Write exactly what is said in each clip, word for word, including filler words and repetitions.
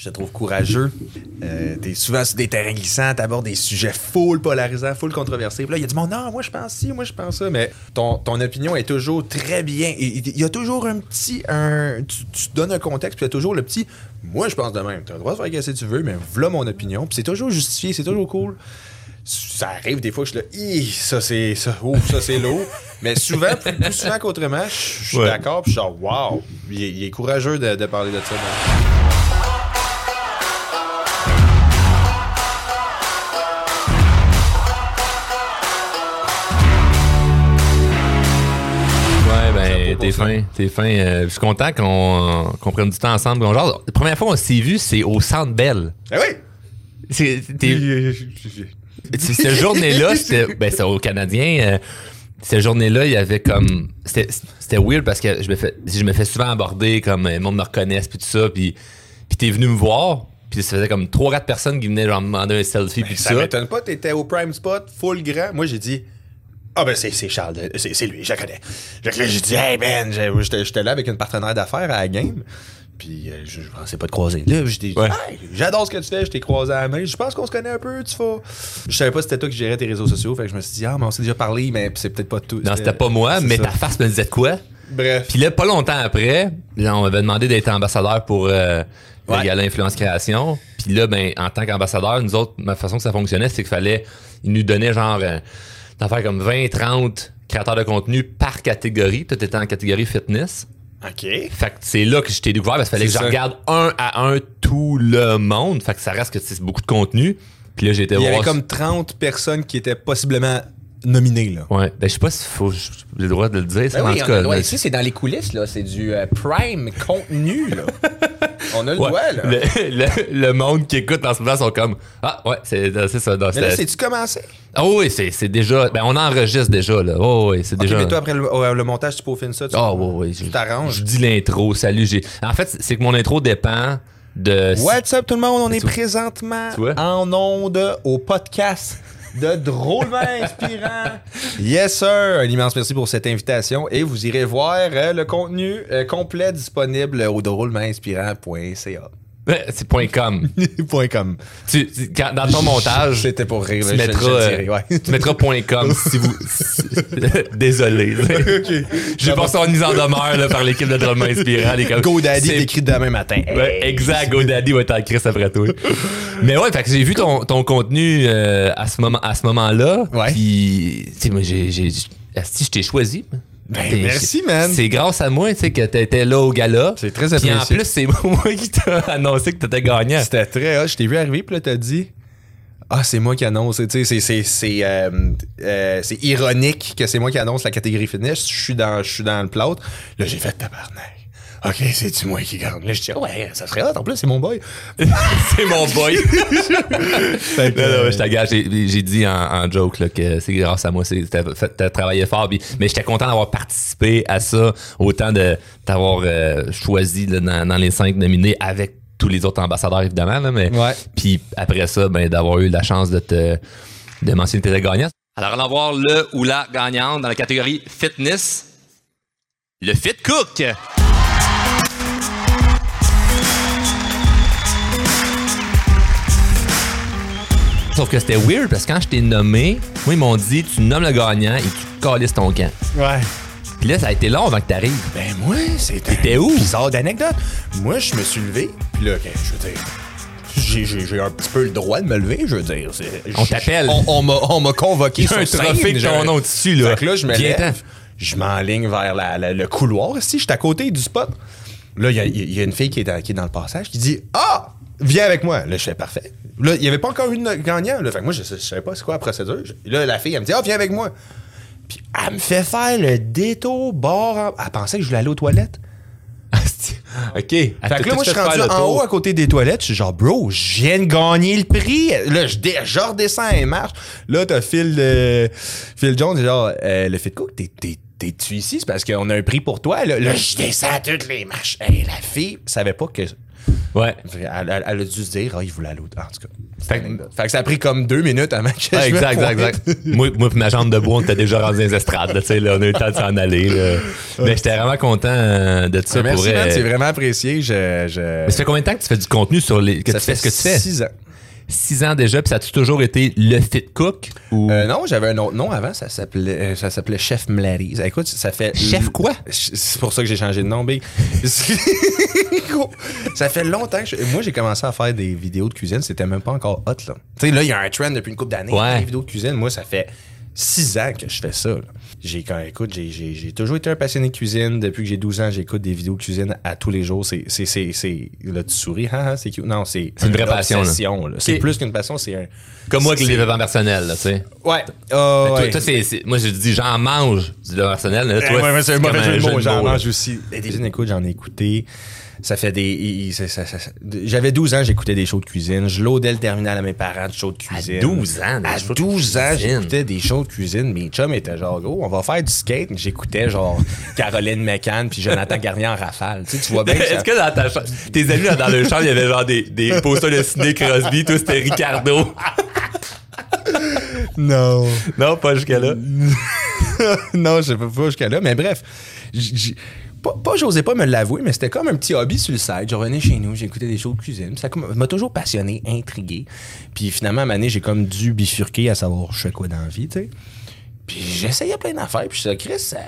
Je te trouve courageux. Euh, t'es souvent sur des terrains glissants, t'abordes des sujets full polarisants, full controversés. Puis là, il y a du monde, non, moi je pense ci, moi je pense ça. Mais ton, ton opinion est toujours très bien. Il y a toujours un petit. Un, tu, tu donnes un contexte, puis il y a toujours le petit. Moi je pense de même. T'as le droit de faire ce que tu veux, mais voilà mon opinion. Puis c'est toujours justifié, c'est toujours cool. Ça arrive des fois que je suis là, Hi, ça c'est ça, oh, ça c'est lourd. Mais souvent, plus, plus souvent qu'autrement, je suis ouais. d'accord, puis je suis genre, wow, il est, il est courageux de, de parler de ça. Donc. T'es fin, t'es fin. Euh, je suis content qu'on, qu'on prenne du temps ensemble. Genre, la première fois qu'on s'est vu, c'est au Centre Bell. Ah oui! C'est, t'es... Cette journée-là, c'était, ben, c'était au Canadien. Euh, cette journée-là, il y avait comme... C'était, c'était weird parce que je me fais, je me fais souvent aborder comme le monde me reconnaisse puis tout ça. Puis, puis t'es venu me voir. Puis ça faisait comme trois quatre personnes qui venaient genre me demander un selfie ben, puis ça. Ça m'étonne pas, t'étais au prime spot, full grand. Moi, j'ai dit... Ah ben c'est, c'est Charles, c'est, c'est lui, je le connais. Là, j'ai dit, hey man, j'étais, j'étais là avec une partenaire d'affaires à la game, puis euh, je, je pensais pas te croiser. Là, j'étais dit, ouais. Hey, j'adore ce que tu fais, je t'ai croisé à la main, je pense qu'on se connaît un peu, tu vas... Je savais pas si c'était toi qui gérais tes réseaux sociaux, fait que je me suis dit, ah mais on s'est déjà parlé, mais c'est peut-être pas tout. Non, c'était, c'était pas moi, mais ça. Ta face me disait de quoi? Bref. Puis là, pas longtemps après, là, on m'avait demandé d'être ambassadeur pour euh, ouais. le gala Influence Création, puis là, ben en tant qu'ambassadeur, nous autres, ma façon que ça fonctionnait, c'est qu'il fallait, ils nous donnaient genre... Euh, d'en faire comme vingt trente créateurs de contenu par catégorie. Toi, t'étais en catégorie fitness. OK. Fait que c'est là que je t'ai découvert parce qu'il fallait c'est que ça. Je regarde un à un tout le monde. Fait que ça reste que c'est beaucoup de contenu. Puis là, j'ai été voir... Il y voir... avait comme trente personnes qui étaient possiblement nominées, là. Ouais. Ben, je sais pas s'il faut... J'ai le droit de le dire. Ben oui, en tout cas, mais... Ici, c'est dans les coulisses, là. C'est du euh, prime contenu, là. On a le ouais. droit, là. Le, le, le monde qui écoute en ce moment sont comme... Ah, ouais, c'est, c'est ça. Non, mais là, c'est-tu commencé? Ah oh, oui, c'est, c'est déjà... Ben, on enregistre déjà, là. Oh, oui, c'est okay, déjà... mais toi, après le, le montage, tu peaufines ça? Ah oh, oui, oui. Tu t'arranges? Je dis l'intro. Salut, j'ai... En fait, c'est que mon intro dépend de... What's up, tout le monde? On est présentement en onde au podcast de Drôlement Inspirant. Yes, sir! Un immense merci pour cette invitation. Et vous irez voir euh, le contenu euh, complet disponible au drôlement inspirant point c a. C'est point .com. point .com. Tu, tu, quand, dans ton montage, c'était pour rire. Tu mettras, je, je ouais. tu mettras point .com si vous... Désolé. Okay. J'ai pas son mise en demeure là, par l'équipe de Drôlement Inspirant. Les, comme, GoDaddy est écrit demain matin. Hey. Ouais, exact. GoDaddy va être en crise après toi. Mais ouais, fait que j'ai vu ton, ton contenu euh, à, ce moment, à ce moment-là. Ouais. Puis, tu sais, moi, j'ai... j'ai si je t'ai choisi... Ben, merci, man. C'est grâce à moi, tu sais, que t'étais là au gala. C'est très apprécié. Puis en plus, c'est moi qui t'ai annoncé que t'étais gagnant. C'était très hot. Je t'ai vu arriver, puis là, t'as dit... Ah, c'est moi qui annonce. Tu sais, c'est, c'est, c'est, euh, euh, c'est ironique que c'est moi qui annonce la catégorie fitness. Je suis dans, je suis dans le plâtre. Là, j'ai fait tabarnak. OK, c'est-tu moi qui gagne? Là, je dis, oh, ouais, ça serait hot. En plus, c'est mon boy. C'est mon boy. Fait que, non, non, je t'engage. J'ai, j'ai dit en, en joke là, que c'est grâce à moi. C'est, t'as, t'as travaillé fort. Puis, mais j'étais content d'avoir participé à ça. Autant de t'avoir euh, choisi là, dans, dans les cinq nominés avec tous les autres ambassadeurs, évidemment. Là, mais, ouais. Puis après ça, ben, d'avoir eu la chance de te de mentionner que t'étais gagnant. Alors, allons voir le ou la gagnante dans la catégorie fitness. Le Fit Cook. Sauf que c'était weird parce que quand je t'ai nommé, moi, ils m'ont dit, tu nommes le gagnant et tu calisses ton camp. Ouais. Puis là, ça a été long avant que t'arrives. Ben, moi, c'était. T'étais où? Bizarre d'anecdote. Moi, je me suis levé, puis là, je veux dire. J'ai, j'ai, j'ai un petit peu le droit de me lever, je veux dire. C'est, on t'appelle. On, on, m'a, on m'a convoqué sur scène. Un trophée de ton nom dessus, là. Fait que là, je me lève, je m'enligne vers la, la, le couloir ici, je suis à côté du spot. Là, il y, y a une fille qui est, dans, qui est dans le passage qui dit « Ah! Viens avec moi! » Là, je fais « Parfait. » Là, il n'y avait pas encore eu de gagnant. Là. Fait que moi, je ne savais pas c'est quoi la procédure. Là, la fille, elle me dit « Ah, viens avec moi! » Puis elle me fait faire le détour bord en... Elle pensait que je voulais aller aux toilettes. OK. Fait que là, moi, je suis rendu en haut à côté des toilettes. Je suis genre, bro, je viens de gagner le prix. Là, je, dé- je redescends et marche. Là, t'as Phil, euh, Phil Jones, genre, euh, le Fit Cook, t'es, t'es, t'es-tu ici? C'est parce qu'on a un prix pour toi. Là, là je descends toutes les marches. Hey, la fille savait pas que Ouais. Elle, elle, elle a dû se dire, ah, il voulait aller au... En tout cas. Fait que, fait que ça a pris comme deux minutes avant que ouais, je exact, me exact, exact. moi, moi pis ma jambe de bois, on était déjà rendu dans les estrades. Là, là, on a eu le temps de s'en aller. Là. Mais j'étais vraiment content euh, de ça. Ah, merci, pour man, euh... c'est vraiment apprécié. Je, je... Mais ça fait combien de temps que tu fais du contenu sur les... que ça tu fais ce que tu fais? Six ans. Six ans déjà, puis ça a toujours été le Fit Cook? Ou... Euh, non, j'avais un autre nom avant, ça s'appelait ça s'appelait Chef Mlarise. Écoute, ça fait... Chef quoi? C'est pour ça que j'ai changé de nom, B. Ça fait longtemps que je... Moi, j'ai commencé à faire des vidéos de cuisine, c'était même pas encore hot, là. Tu sais, là, il y a un trend depuis une couple d'années, ouais. les vidéos de cuisine. Moi, ça fait six ans que je fais ça, là. J'ai, quand, écoute, j'ai, j'ai, j'ai toujours été un passionné de cuisine. Depuis que j'ai douze ans, j'écoute des vidéos de cuisine à tous les jours. C'est, c'est, c'est, c'est là, tu souris, hein, hein, c'est cute. Non, c'est, c'est une vraie passion, là. là. C'est okay. Plus qu'une passion, c'est un... Comme moi, avec le développement personnel, là, tu sais. Ouais. Euh, ouais. Toi, toi c'est, c'est, moi, je dis, j'en mange du développement personnel. Là, toi, ouais, ouais, c'est un mauvais jeu de mots. J'en mange là. aussi. Des cuisines, écoute, j'en ai écouté. Ça fait des... Ça, ça, ça, ça, j'avais douze ans, j'écoutais des shows de cuisine. Je loadais le terminal à mes parents de shows de cuisine. À douze ans? À douze ans, j'écoutais des shows de cuisine. Mes chums étaient genre, gros, on va faire du skate. J'écoutais genre Caroline McCann puis Jonathan Garnier en rafale. Tu sais, tu vois bien que ça... Est-ce que dans ta chambre, tes amis dans le champ, il y avait genre des, des posters de Sidney Crosby, toi, c'était Ricardo? Non. Non, pas jusqu'à là. Non, je sais pas, pas jusqu'à là. Mais bref, j'ai... Pas, pas j'osais pas me l'avouer, mais c'était comme un petit hobby sur le site. Je revenais chez nous, j'écoutais des shows de cuisine. Ça m'a toujours passionné, intrigué. Puis finalement, à un moment donné, j'ai comme dû bifurquer à savoir je fais quoi dans la vie, tu sais. Puis j'essayais plein d'affaires. Puis je disais, Chris, ça,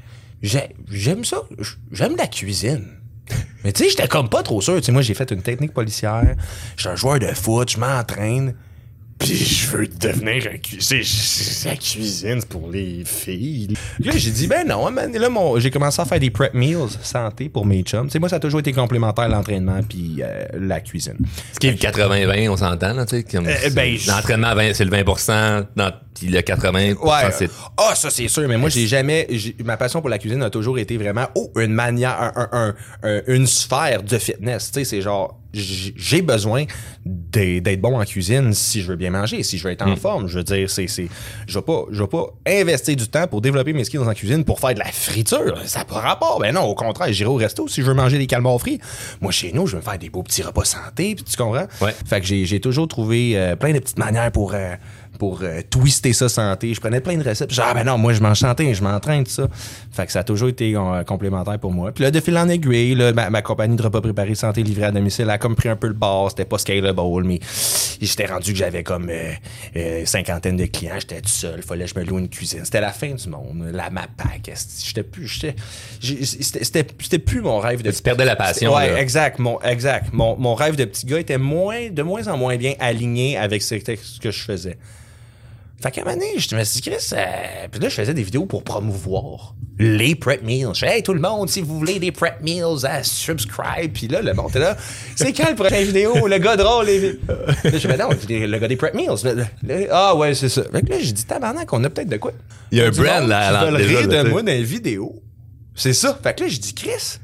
j'aime ça. J'aime la cuisine. Mais tu sais, j'étais comme pas trop sûr. Tu sais, moi, j'ai fait une technique policière. Je suis un joueur de foot, je m'entraîne. Puis je veux devenir un cuisine. La cuisine, c'est pour les filles. Là, j'ai dit, ben non, man. Là, mon, j'ai commencé à faire des prep meals santé pour mes chums. Tu sais, moi, ça a toujours été complémentaire, l'entraînement puis euh, la cuisine. Ce qui est le quatre-vingts vingt, on s'entend, là, tu sais. Comme euh, ben, l'entraînement, c'est le vingt pour cent, puis le quatre-vingts pour cent, ouais. c'est... Ah, oh, ça, c'est sûr. Mais moi, j'ai jamais... J'ai, ma passion pour la cuisine a toujours été vraiment, oh, une manière, un, un, un, un, une sphère de fitness. Tu sais, c'est genre... J'ai besoin d'être bon en cuisine si je veux bien manger, si je veux être en mm. forme. Je veux dire, c'est, c'est, je vais pas, je vais pas investir du temps pour développer mes skills en cuisine pour faire de la friture. Ça n'a pas rapport. Ben non, au contraire, j'irai au resto si je veux manger des calmars frits. Moi, chez nous, je veux me faire des beaux petits repas santé, puis tu comprends? Ouais. Fait que j'ai, j'ai toujours trouvé euh, plein de petites manières pour... Euh, pour euh, twister ça santé. Je prenais plein de recettes. Genre, ah ben non, moi, je mange santé, je m'entraîne, tout ça. Fait que ça a toujours été euh, complémentaire pour moi. Puis là, de fil en aiguille, là, ma, ma compagnie de repas préparés santé livrés à domicile a comme pris un peu le bord. C'était pas scalable, mais j'étais rendu que j'avais comme euh, euh, cinquantaine de clients. J'étais tout seul. Fallait que je me loue une cuisine. C'était la fin du monde. La MAPAC. J'étais plus... J'étais, c'était, c'était, c'était plus mon rêve de... Tu perdais la passion. Ouais, là. exact. Mon, exact. Mon, mon rêve de petit gars était moins, de moins en moins bien aligné avec ce, ce que je faisais. Fait qu'à un moment donné, je me suis dit, Chris, euh... puis là, je faisais des vidéos pour promouvoir les prep meals. Je fais, hey, tout le monde, si vous voulez des prep meals, à subscribe. Puis là, le monde était là, c'est quand le prochain vidéo? Le gars drôle. Les... Là, je fais, non, le gars des prep meals. Ah, ouais, c'est ça. Fait que là, j'ai dit, tabarnak, on a peut-être de quoi. Il y a un brand, là. Ils veulent rire de moi dans les vidéos. C'est ça. Fait que là, j'ai dit, Chris,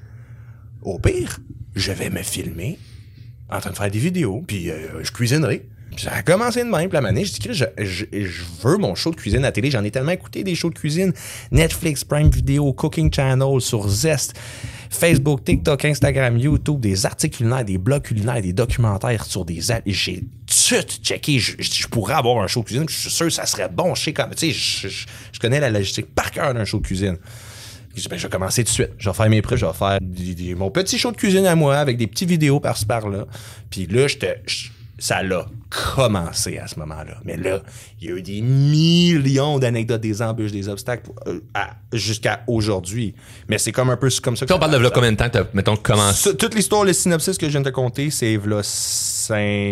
au pire, je vais me filmer en train de faire des vidéos, puis euh, je cuisinerai. Ça a commencé de même, puis la manée, je dis que je, je, je veux mon show de cuisine à télé. J'en ai tellement écouté des shows de cuisine. Netflix, Prime Video, Cooking Channel, sur Zest, Facebook, TikTok, Instagram, YouTube, des articles culinaires, des blogs culinaires, des documentaires sur des... J'ai tout checké. Je, je, je pourrais avoir un show de cuisine. Je suis sûr que ça serait bon. Je sais comme... Tu sais, je, je, je connais la logistique par cœur d'un show de cuisine. Je dis, ben, je vais commencer tout de suite. Je vais faire mes preuves. Je vais faire des, des, mon petit show de cuisine à moi avec des petites vidéos par-ci par-là. Puis là, je te... Je, ça l'a commencé à ce moment-là. Mais là, il y a eu des millions d'anecdotes, des embûches, des obstacles euh, à, jusqu'à aujourd'hui. Mais c'est comme un peu comme ça. Que on parle de là combien de temps t'as, mettons, commencé? Toute l'histoire, le synopsis que je viens de te conter, c'est là, cinq...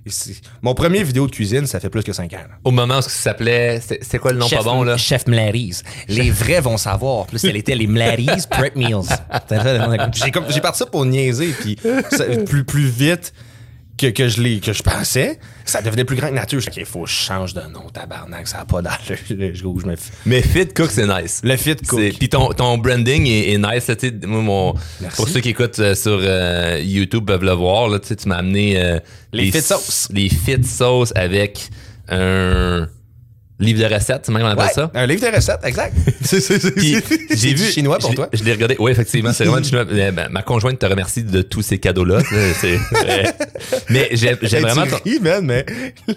Mon premier vidéo de cuisine, ça fait plus que cinq ans. Là. Au moment où ça s'appelait, c'est, c'est quoi le nom Chef, pas bon, là? Chef Mlarise. Les vrais vont savoir. Plus elle était les Mlarise Prep Meals. J'ai, comme, j'ai parti ça pour niaiser, puis ça, plus, plus vite... Que, que je l'ai, que je pensais, ça devenait plus grand que nature. Je dis, OK, il faut que je change de nom, tabarnak, ça n'a pas d'allure. Je, je me... Mais Fit Cook, c'est nice. Le Fit Cook. Puis ton, ton branding est, est nice. Là, moi, mon, pour ceux qui écoutent euh, sur euh, YouTube peuvent le voir, là, tu m'as amené euh, les, les Fit Sauce. Les Fit Sauce avec un... Livre de recettes, c'est même qu'on appelle Ouais, ça. un livre de recettes, exact. c'est, c'est, c'est, Puis, c'est, j'ai c'est vu. du chinois pour je, toi. Je l'ai regardé. Oui, effectivement, c'est vraiment du chinois. Mais, ben, ma conjointe te remercie de tous ces cadeaux-là. C'est, euh, mais j'ai, j'ai Hey, vraiment. tu ris, man, mais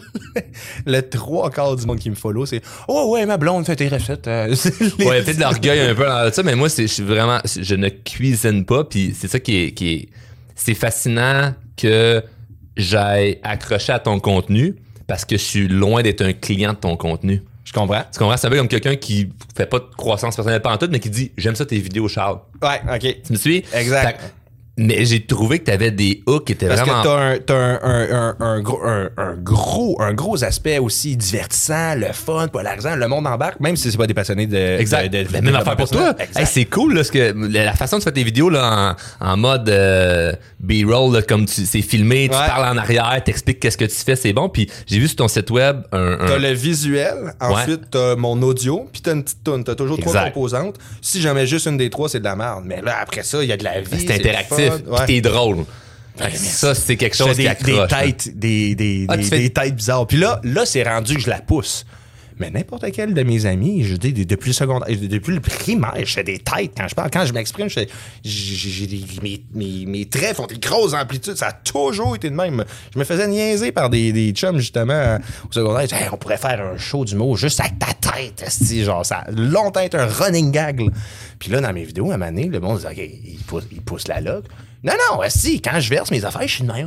le trois quarts du monde qui me follow, c'est « Oh ouais, ma blonde fait tes recettes. Euh, » Ouais, peut-être de l'orgueil un peu dans ça, mais moi, c'est, je suis vraiment, je ne cuisine pas, puis c'est ça qui est, qui est, c'est fascinant que j'aille accrocher à ton contenu parce que je suis loin d'être un client de ton contenu. Je comprends. Tu comprends? C'est un peu comme quelqu'un qui fait pas de croissance personnelle pas en tout, mais qui dit j'aime ça tes vidéos, Charles. Ouais, ok. Tu me suis? Exact. Fait- mais j'ai trouvé que t'avais des hooks qui étaient Parce vraiment. que t'as un, t'as un, un, un, un, gros, un, un gros un gros aspect aussi divertissant, le fun, polarisant, le monde embarque, même si c'est pas des passionnés de... Exact. de, de, de La même affaire pour toi. Exact. Hey, c'est cool, là, parce que la façon de faire tes vidéos, là, en, en mode euh, B-roll, là, comme tu, c'est filmé, tu Ouais. parles en arrière, t'expliques qu'est-ce que tu fais, c'est bon. Puis j'ai vu sur ton site web un. un- T'as le visuel, ensuite t'as mon audio, puis t'as une petite toune. T'as toujours trois Exact. composantes. Si j'en mets juste une des trois, c'est de la merde. Mais là, après ça, il y a de la vie. c'est interactif, du fun. puis t'es drôle. Fait que mais ça, c'est quelque Je chose fais qui des, accroche. des là. têtes, des, des, Ah, des, tu fais- des têtes bizarres. Puis là, là, c'est rendu que je la pousse. Mais n'importe quel de mes amis, je dis, depuis le secondaire, depuis le primaire, je fais des têtes quand je parle. Quand je m'exprime, je fais, j'ai, j'ai des, mes, mes, mes traits font des grosses amplitudes. Ça a toujours été de même. Je me faisais niaiser par des, des chums, justement, au secondaire. Ils disaient, hey, on pourrait faire un show d'humour juste avec ta tête. esti. Genre, ça a longtemps été un running gag. Là. Puis là, dans mes vidéos, à un moment donné, le monde dit, OK, il pousse, il pousse la log. Non, non, si, quand je verse mes affaires, je suis de même.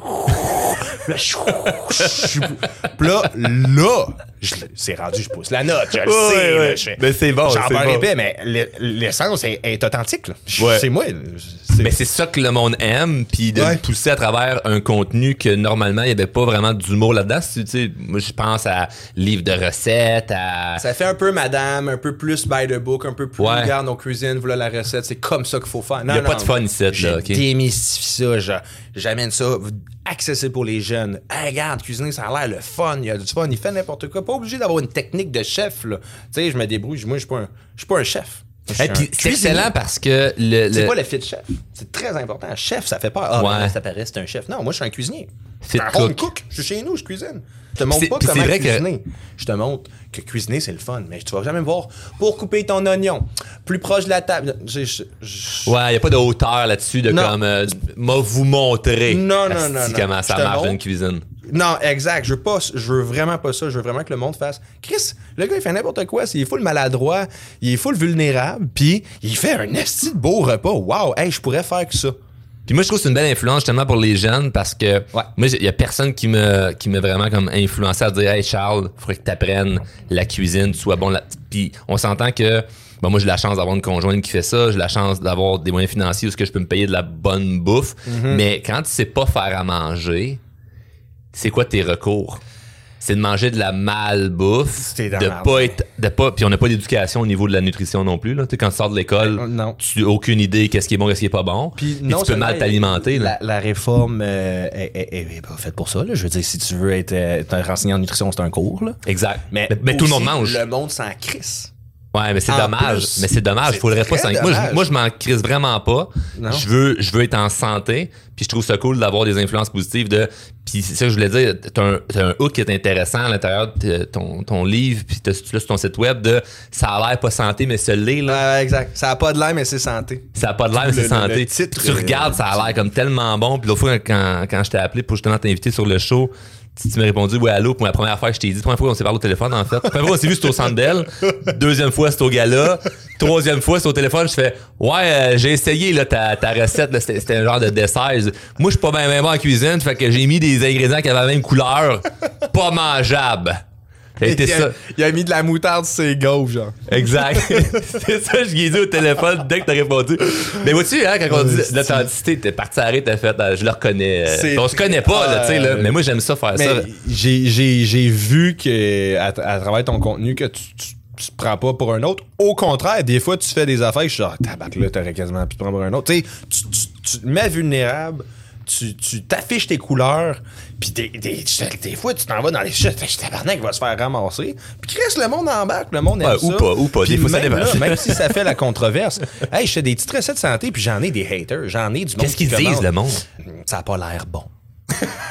Là, je- je- Puis là, là, je- c'est rendu, je pousse la note, je le Ouais, sais. ouais. là, je fais- Mais c'est bon, J'en c'est parlerai bon. pas, mais l'e- l'essence est, est authentique. Là. Je- Ouais. C'est moi. c'est- Mais c'est ça que le monde aime, puis de Ouais. le pousser à travers un contenu que normalement, il n'y avait pas vraiment d'humour là-dedans. Tu sais, moi, je pense à livres de recettes, à... Ça fait un peu madame, un peu plus by the book, un peu plus Ouais. regarde nos cuisines, voilà la recette, c'est comme ça qu'il faut faire. Non, Il y a pas non, de fun ici, là, je ok? démystifie ça, je- j'amène ça accessible pour les jeunes. Hey, regarde, cuisiner, ça a l'air le fun, il y a du fun, il fait n'importe quoi. Pas obligé d'avoir une technique de chef, là. Tu sais, je me débrouille, moi, je suis pas un, je suis pas un chef. Je suis Hey, un puis c'est cuisinier. excellent parce que le, C'est le pas le fit chef. C'est très important. Chef, ça fait peur. Ah, Ouais. ben là, ça paraît, c'est un chef. Non, moi, je suis un cuisinier. Fit un cook. home cook. Je suis chez nous, je cuisine. Je te montre C'est- pas puis c'est comment vrai que- cuisiner. Je te montre que cuisiner, c'est le fun. Mais tu vas jamais me voir pour couper ton oignon plus proche de la table. Je- je- je- ouais, il n'y a pas de hauteur là-dessus de Non. comme euh, m'a vous montrer Non, non, asti, non, non. comment ça Je te marche dans montre. une cuisine. Non, exact. Je veux pas, je veux vraiment pas ça. Je veux vraiment que le monde fasse. Chris, le gars, il fait n'importe quoi. Il est full maladroit. Il est full vulnérable. Puis, il fait un esti de beau repas. Wow, hey, je pourrais faire que ça. Puis moi, je trouve que c'est une belle influence justement pour les jeunes parce que Ouais. moi, il y a personne qui me qui m'a vraiment comme influencé à dire hey Charles, faudrait que tu apprennes la cuisine, tu sois bon là. Puis on s'entend que bon, moi j'ai la chance d'avoir une conjointe qui fait ça, j'ai la chance d'avoir des moyens financiers où ce que je peux me payer de la bonne bouffe, mais quand tu sais pas faire à manger, c'est quoi tes recours? C'est de manger de la malbouffe, C'est dans de la pas merde. être de pas puis on n'a pas d'éducation au niveau de la nutrition non plus là, tu sais quand tu sors de l'école, Euh, non. tu n'as aucune idée qu'est-ce qui est bon, qu'est-ce qui est pas bon. Puis Puis non tu peux seulement, mal t'alimenter. là. La, la réforme euh, est, est- est- est pas faite pour ça. Là. Je veux dire, si tu veux être, euh, être un renseigné en nutrition, c'est un cours. Là. Exact. Mais, Mais, mais tout le monde aussi, mange. Le monde s'en crisse. Ouais, mais c'est En dommage. plus, mais c'est dommage. c'est Faudrait pas très s'en... Moi, dommage. je, moi, je m'en crisse vraiment pas. Non. Je veux, je veux être en santé. Puis je trouve ça cool d'avoir des influences positives de. Puis c'est ça que je voulais dire. T'as un, t'as un hook qui est intéressant à l'intérieur de ton, ton livre. Puis t'as tu l'as sur ton site web de ça a l'air pas santé, mais ce l'est, là. Ouais, exact. Ça n'a pas de l'air, mais c'est santé. Ça a pas de l'air, mais Le- c'est le- santé. le titre, tu euh, regardes, ça a l'air comme tellement bon. Puis l'autre fois, quand, quand je t'ai appelé pour justement t'inviter sur le show, tu, tu m'as répondu ouais, allô. Pour la première fois que je t'ai dit, la première fois qu'on s'est parlé au téléphone, en fait. La première fois qu'on s'est vu, c'était au Centre Bell. Deuxième fois, c'était au gala. Troisième fois, c'est au téléphone. Je fais ouais, euh, j'ai essayé là, ta, ta recette. Là, c'était, c'était un genre de dessert. Moi, je suis pas bien bien bon en cuisine. Fait que j'ai mis des ingrédients qui avaient la même couleur. Pas mangeable. Ça a été il, a, ça. il a mis de la moutarde sur ses gaufres, genre. Exact. C'est ça, je lui ai dit au téléphone dès que t'as répondu. Mais vois-tu, hein, quand on dit Euh, l'authenticité, t'es parti arrêter, t'as fait, euh, je le reconnais. euh, C'est On se connaît pas, là, tu sais, là. euh, Mais moi, j'aime ça faire Mais ça. j'ai, j'ai, j'ai vu que à, à travers ton contenu que tu, tu, tu te prends pas pour un autre. Au contraire, des fois, tu fais des affaires que je suis genre, tabac là, t'aurais quasiment pu te prendre pour un autre. Tu sais, tu, tu, tu te mets vulnérable. Tu, tu t'affiches tes couleurs, puis des, des, des fois, tu t'en vas dans les chutes, tabarnak va se faire ramasser. Puis Chris, le monde embarque, le monde aime Ouais, ça. ou pas, ou pas, Puis des fois, ça même, dépend. là, même si ça fait la controverse, hey, je fais des petites recettes de santé, puis j'en ai des haters, j'en ai du monde Qu'est-ce qu'ils qui disent, commande. le monde? Ça a pas l'air bon.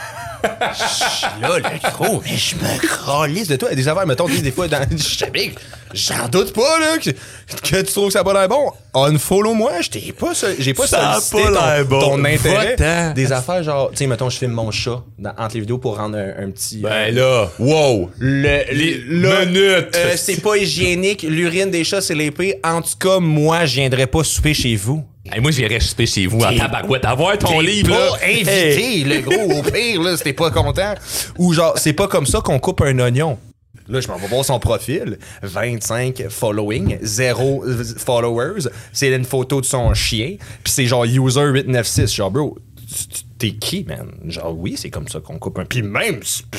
Là, le gros, mais je me calisse de toi. Des affaires, mettons, des fois, dans. Je sais j'en doute pas, là, que, que tu trouves que ça n'a pas l'air bon. Unfollow moi, je t'ai pas, j'ai pas Ça a sollicité pas l'air ton, bon. ton intérêt. Va-t'en. Des affaires genre, tu sais, mettons, je filme mon chat dans, entre les vidéos pour rendre un, un petit. Ben euh, là, wow. Le, Les là, minutes. euh, c'est pas hygiénique. L'urine des chats, c'est l'épée. En tout cas, moi, je viendrais pas souper chez vous. Hey, moi, j'irais souper chez vous en T'es- tabarouette. Avoir ton T'es livre, pas là. invité, Hey. le gros, au pire, là, si t'es pas content. Ou genre, c'est pas comme ça qu'on coupe un oignon. Là, je m'en vais voir son profil. vingt-cinq following, zéro followers. C'est une photo de son chien. Puis c'est genre user huit neuf six. Genre, bro, tu- tu- t'es qui, man? Genre, oui, c'est comme ça qu'on coupe un. Puis même,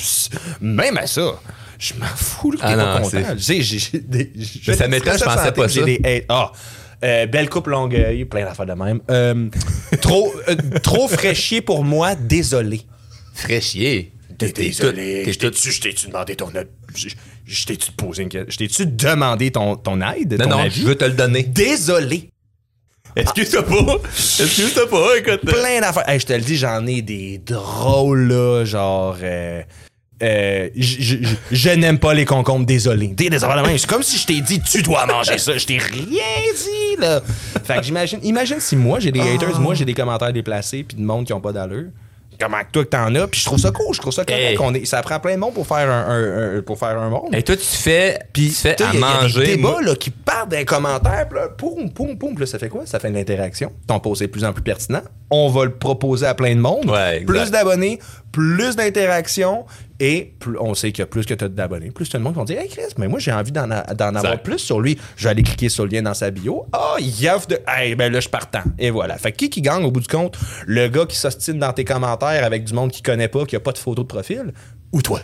même à ça, je m'en fous là, que t'es Ah pas non, content. c'est- Tu sais, j'ai- j'ai des. j'ai ça des m'étonne, stress je pensais santé, pas j'ai ça. des hate- Ah! Euh, belle coupe Longueuil, plein d'affaires de même. Euh, trop, euh, trop fraîchier pour moi, désolé. Fraîchier. T'es désolé. T'es Je tout- t'ai-tu je t'ai-tu demandé ton aide? Je je t'ai-tu posé une question? Je t'ai-tu demandé ton, ton aide? Non, ton non, avis? je veux te le donner. Désolé. Excuse-toi pas. Excuse-toi pas, écoute. Plein d'affaires. Hey, je te le dis, j'en ai des drôles, là, genre... Euh, euh, je je- je- je n'aime pas les concombres, désolé. Des, des affaires de même. C'est comme si je t'ai dit, tu dois manger ça. Je t'ai rien dit, là. Fait que j'imagine... Imagine si moi, j'ai des haters, moi, j'ai des commentaires déplacés puis de monde qui ont pas d'allure. Comment que toi que t'en as, puis je trouve ça cool, je trouve ça correct. Hey. qu'on est, ça prend plein de monde pour faire un, un- un- pour faire un monde. Et toi, tu fais, puis tu fais T'sais, à y a- y a manger. des débats moi- là, qui partent d'un commentaire, puis là, poum, poum, poum, puis là, ça fait quoi? Ça fait de l'interaction. Ton post est de plus en plus pertinent. On va le proposer à plein de monde. Ouais, exact. Plus d'abonnés, plus d'interaction, et plus, on sait que plus que tu as d'abonnés, plus tout le monde va dire « Hey Chris, mais moi j'ai envie d'en, a- d'en avoir plus sur lui. » Je vais aller cliquer sur le lien dans sa bio. Ah, il y offre de... Hey, ben là, je partant. Et voilà. Fait que qui qui gagne au bout du compte? Le gars qui s'ostine dans tes commentaires avec du monde qu'il connaît pas, qui a pas de photo de profil, ou toi?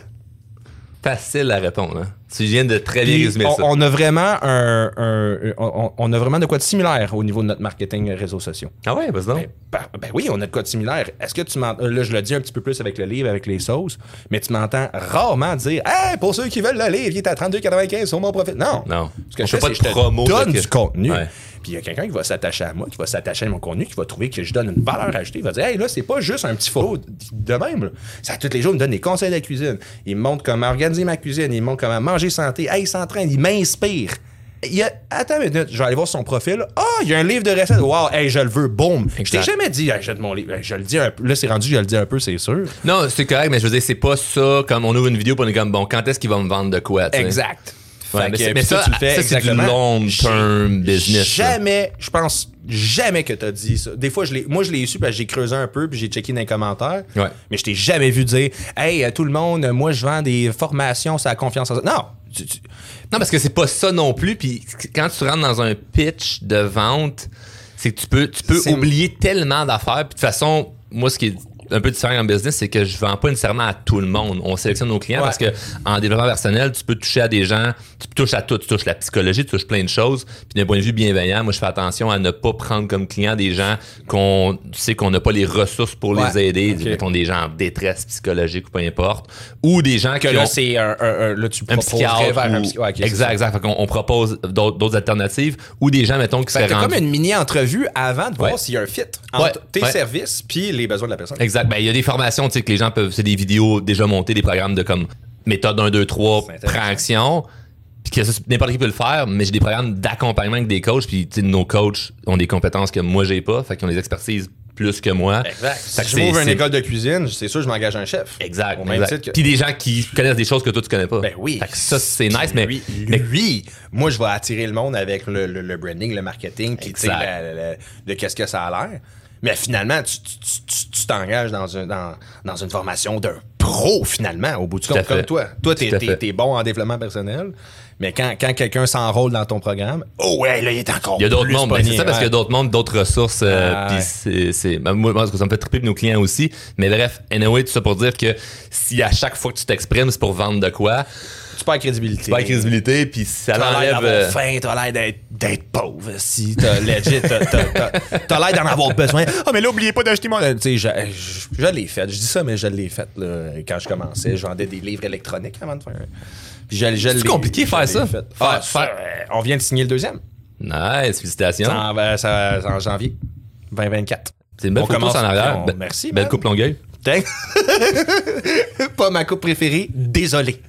Facile à répondre. Hein. Tu viens de très bien Puis, résumer on, ça. on a vraiment un, un- on, on a vraiment de quoi de similaire au niveau de notre marketing réseaux sociaux. Ah ouais, vas-y donc. Ben, par- ben oui, on a de quoi de similaire. Est-ce que tu m'entends, là je le dis un petit peu plus avec le livre, avec les sauces, mais tu m'entends rarement dire « Hey, pour ceux qui veulent le livre, il est à trente-deux quatre-vingt-quinze sur mon profil. » Non. Non. Ce que On je fait fais, pas c'est de je te promo, donne fait que- du contenu. Ouais. Puis il y a quelqu'un qui va s'attacher à moi, qui va s'attacher à mon contenu, qui va trouver que je donne une valeur ajoutée. Il va dire « Hey, là, c'est pas juste un petit photo de même. Là. Ça, tous les jours, il me donne des conseils de la cuisine. Il me montre comment organiser ma cuisine. Il me montre comment manger santé. Hey, il s'entraîne. Il m'inspire. » Il y a, attends une minute, je vais aller voir son profil. Ah, oh, il y a un livre de recettes. Wow, hey, je le veux. Boum. Je t'ai Exact. jamais dit, hey, jette mon livre. Hey, je le dis un peu. Là, c'est rendu, je le dis un peu, c'est sûr. Non, c'est correct, mais je veux dire, c'est pas ça, comme on ouvre une vidéo pour on est comme, bon, quand est-ce qu'il va me vendre de quoi, tu sais? Exact. Ouais, Fait mais que, c'est- puis mais ça, tu le fais ça, c'est du exactement. long-term J'ai- business, là. Jamais, je pense jamais que t'as dit ça. Des fois, je l'ai, moi, je l'ai su parce que j'ai creusé un peu puis j'ai checké dans les commentaires. Ouais. Mais je t'ai jamais vu dire, hey, euh, tout le monde, euh, moi, je vends des formations, ça a confiance en ça. Non. Tu- tu- Non, parce que c'est pas ça non plus. Puis quand tu rentres dans un pitch de vente, c'est que tu peux, tu peux C'est- oublier tellement d'affaires. Puis de toute façon, moi, ce qui est un peu différent en business, c'est que je vends pas nécessairement à tout le monde. On sélectionne nos clients Ouais. parce que en développement personnel, tu peux toucher à des gens, tu touches à tout, tu touches la psychologie, tu touches plein de choses. Puis d'un point de vue bienveillant, moi, je fais attention à ne pas prendre comme client des gens qu'on sait qu'on n'a pas les ressources pour Ouais. les aider. Ok. Mettons des gens en détresse psychologique ou peu importe. Ou des gens Que qui là, ont c'est un, un- un- là, tu un proposerais psychiatre. vers un ou- psychiatre. Ouais, ok, c'est exact, ça. exact. Fait qu'on on propose d'autres, d'autres alternatives ou des gens, mettons, qui Fait que seraient t'as rendus... comme une mini-entrevue avant de voir Ouais. s'il y a un fit entre Ouais. tes Ouais. services puis les besoins de la personne. Exact. Ben, il y a des formations, tu sais, que les gens peuvent... C'est des vidéos déjà montées, des programmes de comme méthode un, deux, trois, C'est intéressant. prends action. Puis que ça, n'importe qui peut le faire, mais j'ai des programmes d'accompagnement avec des coachs. Puis, tu sais, nos coachs ont des compétences que moi, j'ai pas. Fait qu'ils ont des expertises plus que moi. Exact. Fait Si que je c'est- m'ouvre une c'est- école de cuisine, c'est sûr, je m'engage un chef. Exact. Au même exact. titre que- Puis des gens qui connaissent des choses que toi, tu connais pas. Ben oui. Fait que ça, c'est nice, mais... lui, mais lui, moi, je vais attirer le monde avec le, le- le branding, le marketing, puis tu sais, Exact. la- la- la- de qu'est-ce que ça a l'air. Mais finalement, tu, tu- tu- tu- tu t'engages dans, un, dans, dans une formation d'un pro, finalement, au bout du Tout à compte, comme fait. toi. Toi, t'es, Tout à t'es- fait. t'es bon en développement personnel, mais quand, quand quelqu'un s'enrôle dans ton programme, oh ouais, là, il est encore Il y a d'autres plus mondes, ben, pogné, c'est ça, parce ouais. qu'il y a d'autres mondes, d'autres ressources, euh, Ah, puis ouais. c'est, c'est, ben, moi, moi, ça me fait triper de nos clients aussi. Mais bref, anyway, tout ça pour dire que si à chaque fois que tu t'exprimes, c'est pour vendre de quoi, Tu perds crédibilité. tu perds crédibilité, puis ça T'as l'air l'enlève. d'avoir euh, faim, t'as l'air d'être, d'être pauvre. Si t'as legit, t'as, t'as, t'as, t'as l'air d'en avoir besoin. Ah, mais là, oubliez pas d'acheter mon. Tu sais, je, je, je l'ai fait. Je dis ça, mais je l'ai fait là, quand je commençais. Je vendais des livres électroniques avant de faire. Puis je, je C'est l'ai- compliqué je faire l'ai ça? fait. Faire- Ah, ça, euh, on vient de signer le deuxième. Nice, félicitations. C'est en, euh, ça- c'est en janvier vingt vingt-quatre. C'est une belle on photo commence- en arrière. on- Be- merci, Belle man. coupe longueuil. Pas ma coupe préférée, désolé.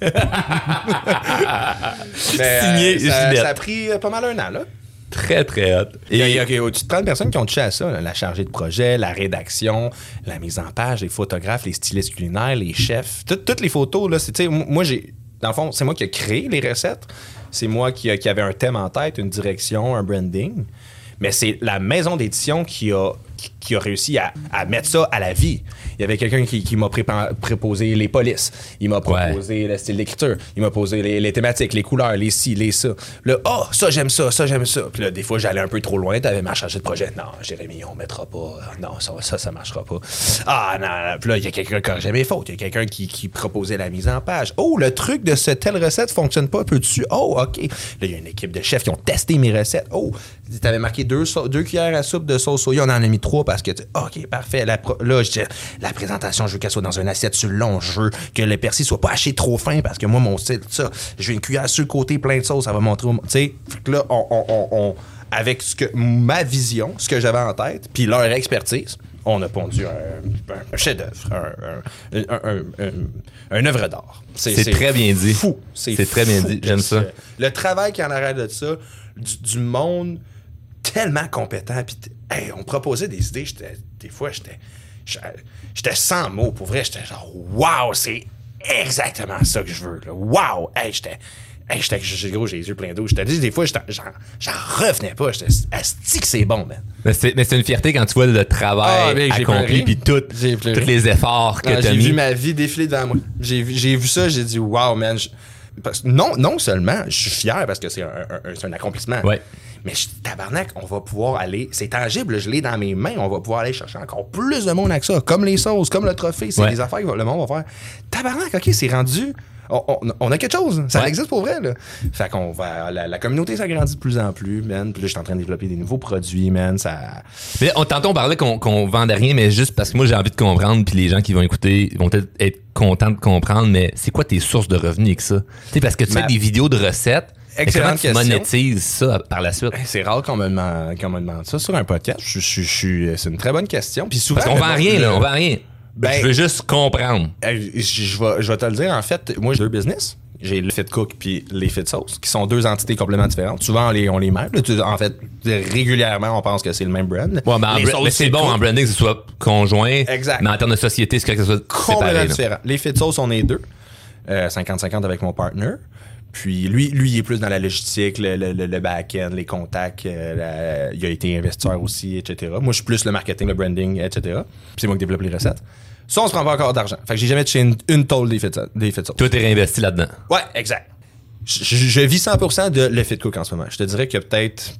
Mais, Signé euh, ça, Ginette. ça a pris euh, pas mal un an, là. Très, très hot. Il y a, il y a- il y a au-dessus de trente personnes qui ont touché à ça, là. La chargée de projet, la rédaction, la mise en page, les photographes, les stylistes culinaires, les chefs. Tout- toutes les photos, là, c'est, tu sais, moi, j'ai... Dans le fond, c'est moi qui ai créé les recettes. C'est moi qui, a- qui avait un thème en tête, une direction, un branding. Mais c'est la maison d'édition qui a, qui, qui a réussi à, à mettre ça à la vie. Il y avait quelqu'un qui, qui m'a prépa- préposé les polices. Il m'a proposé le style d'écriture. Il m'a posé les, les thématiques, les couleurs, les ci, les ça. Là, oh, ça, j'aime ça, ça, j'aime ça. Puis là, des fois, j'allais un peu trop loin. T'avais ma chargée de projet. Non, Jérémy, on mettra pas. Non, ça, ça, ça marchera pas. Ah, non, non. Puis là, il y a quelqu'un qui corrigeait mes fautes. Il y a quelqu'un qui, qui proposait la mise en page. Oh, le truc de cette telle recette fonctionne pas. Peux-tu? Oh, OK. Là, il y a une équipe de chefs qui ont testé mes recettes. Oh, t'avais marqué deux, so- deux cuillères à soupe de sauce soya. On en a mis trois parce que, tu- OK, parfait. La pro- là, je dis, la présentation, je veux qu'elle soit dans une assiette sur le long. Je veux que le persil soit pas haché trop fin parce que moi, mon style, ça, je veux une cuillère sur le côté plein de sauce. Ça va montrer au. Tu sais, fait que là, on, on, on, on- avec ce que, ma vision, ce que j'avais en tête, puis leur expertise, on a pondu un, un, un chef-d'œuvre, un, un, un, un, un, un œuvre d'art. C'est très bien dit. Fou. C'est très bien dit. J'aime ça. Le travail qui en arrière de ça, du, du monde tellement compétent. Puis, t- hey, on proposait des idées. J'étais, des fois, j'étais, j'étais j'étais sans mots. Pour vrai, j'étais genre, wow, c'est exactement ça que je veux. Là. Wow! Hey, j'étais. Hey, j'étais, j'ai gros, j'ai les yeux pleins d'eau. J'étais dit, des fois, j'étais, j'en, j'en revenais pas. J'étais, asti que c'est bon, man. Mais c'est, mais c'est une fierté quand tu vois le travail Ah, mec, j'ai accompli pleuré. puis tout, J'ai pleuré. tous les efforts que Ah, tu as j'ai mis. vu ma vie défiler devant moi. J'ai, vu- j'ai vu ça, j'ai dit, wow, man. Je- parce- non, non seulement, je suis fier parce que c'est un, un- un- c'est un accomplissement. Ouais. Mais je, tabarnak, on va pouvoir aller. C'est tangible, je l'ai dans mes mains. On va pouvoir aller chercher encore plus de monde avec ça. Comme les sauces, comme le trophée. C'est Ouais. des affaires que le monde va faire. Tabarnak, OK, c'est rendu. On, on- on a quelque chose. Ça Ouais. existe pour vrai, là. Fait qu'on va. La, la communauté s'agrandit de plus en plus, man. Puis là, je suis en train de développer des nouveaux produits, man. Ça. Mais on, tantôt, on parlait qu'on qu'on vendait rien, mais juste parce que moi, j'ai envie de comprendre, puis les gens qui vont écouter vont peut-être être contents de comprendre, mais c'est quoi tes sources de revenus avec ça? Tu sais, parce que tu Ma- fais des vidéos de recettes. mais Excellente comment tu question. monétises ça par la suite? Hey, c'est rare qu'on me demande, qu'on me demande ça sur un podcast. Je, je- je suis- c'est une très bonne question. Puis souvent, Parce qu'on vend le- rien, le- là, on vend rien. Ben- je veux juste comprendre. Hey, Je, je vais, je vais te le dire, en fait, moi, j'ai deux business. J'ai le Fit Cook puis les Fit Sauce, qui sont deux entités complètement différentes. Souvent, on les, on les mêle. Là, tu- en fait, régulièrement, on pense que c'est le même brand. Ouais, mais, en Les bra- sauces mais c'est Fit bon Cook, en branding que ce soit conjoint. Exact. Mais en termes de société, c'est correct que ce soit complètement séparé. là. différent. Les Fit Sauce, on est deux. Euh, cinquante cinquante avec mon partner. Puis lui, lui, il est plus dans la logistique, le, le, le- le back-end, les contacts. euh, la- il a été investisseur aussi, et cetera. Moi, je suis plus le marketing, le branding, et cetera. Puis c'est moi qui développe les recettes. Ça, on se prend pas encore d'argent. Fait que j'ai jamais touché une, une tôle des Fit, des fit Sauce. Toi, t'es réinvesti là-dedans. Ouais, exact. Je, je- je vis cent pour cent de le Fit Cook en ce moment. Je te dirais qu'il y a peut-être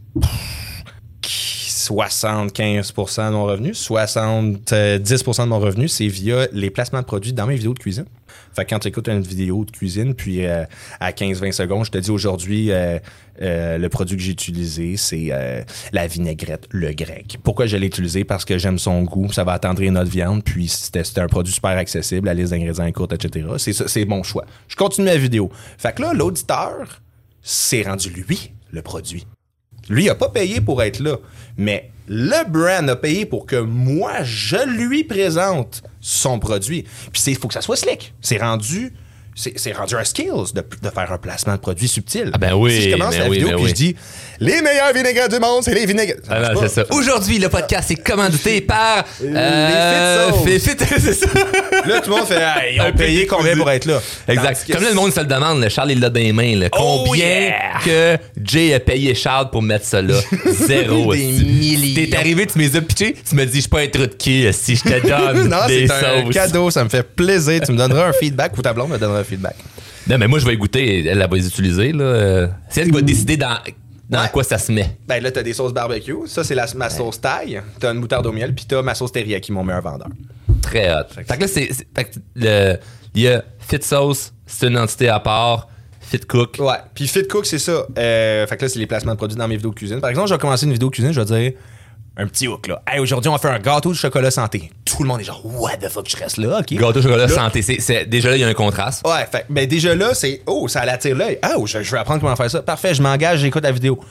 soixante-quinze pour cent de mon revenu, soixante-dix pour cent de mon revenu, c'est via les placements de produits dans mes vidéos de cuisine. Fait que quand tu écoutes une vidéo de cuisine, puis euh, à quinze vingt secondes, je te dis aujourd'hui, euh, euh, le produit que j'ai utilisé, c'est euh, la vinaigrette Le Grec. Pourquoi je l'ai utilisé? Parce que j'aime son goût, ça va attendrir notre viande, puis c'était c'était un produit super accessible, la liste d'ingrédients est courte, et cetera. C'est ça, c'est mon choix. Je continue ma vidéo. Fait que là, l'auditeur, c'est rendu lui, le produit. Lui, il a pas payé pour être là, mais le brand a payé pour que moi, je lui présente son produit. Puis il faut que ça soit slick. C'est rendu... C'est, c'est rendu un skills de, de faire un placement de produit subtil. Ah ben oui, Si je commence ben la oui, vidéo ben puis oui. je dis « Les meilleurs vinaigrettes du monde, c'est les vinaigrettes. » Ah non, c'est ça. Aujourd'hui, le podcast est commandité par Les euh, Fit Fit- Fit- c'est ça. Là, tout le monde fait hey, « Ils Un ont payé peu combien pour être là? » Exact. Tandis que Comme là, le monde se le demande, le Charles, il l'a dans les mains. Là. Oh, Combien yeah! que Jay a payé Charles pour mettre ça là? Zéro. Des hostie. millions. T'es arrivé, tu m'as pitché, tu me dis, je suis pas un trou de cul si je te donne Non, des c'est un sauces. cadeau, ça me fait plaisir. Tu me donneras un feedback ou ta blonde me donnera un feedback. Non, mais moi, je vais y goûter. Elle, elle va les utiliser. Là. C'est elle qui va décider dans, dans Ouais. quoi ça se met. Ben là, t'as des sauces barbecue. Ça, c'est la, ma sauce taille. T'as une moutarde au miel. Puis t'as ma sauce teriyaki, mon meilleur vendeur. Très hot. Fait que là, c'est. c'est- fait que le- il y a Fit Sauce, c'est une entité à part. Fit Cook. Ouais. Puis Fit Cook, c'est ça. Euh, fait que là, c'est les placements de produits dans mes vidéos de cuisine. Par exemple, je vais commencer une vidéo de cuisine, je vais dire un petit hook, là. Hey, aujourd'hui, on va faire un gâteau de chocolat santé. Tout le monde est genre, what the fuck, je reste là, OK? Gâteau chocolat Là- santé. C'est, c'est- déjà là, il y a un contraste. Ouais, fait ben déjà là, c'est, oh, ça l'attire l'œil. Oh, je, je vais apprendre comment faire ça. Parfait, je m'engage, j'écoute la vidéo.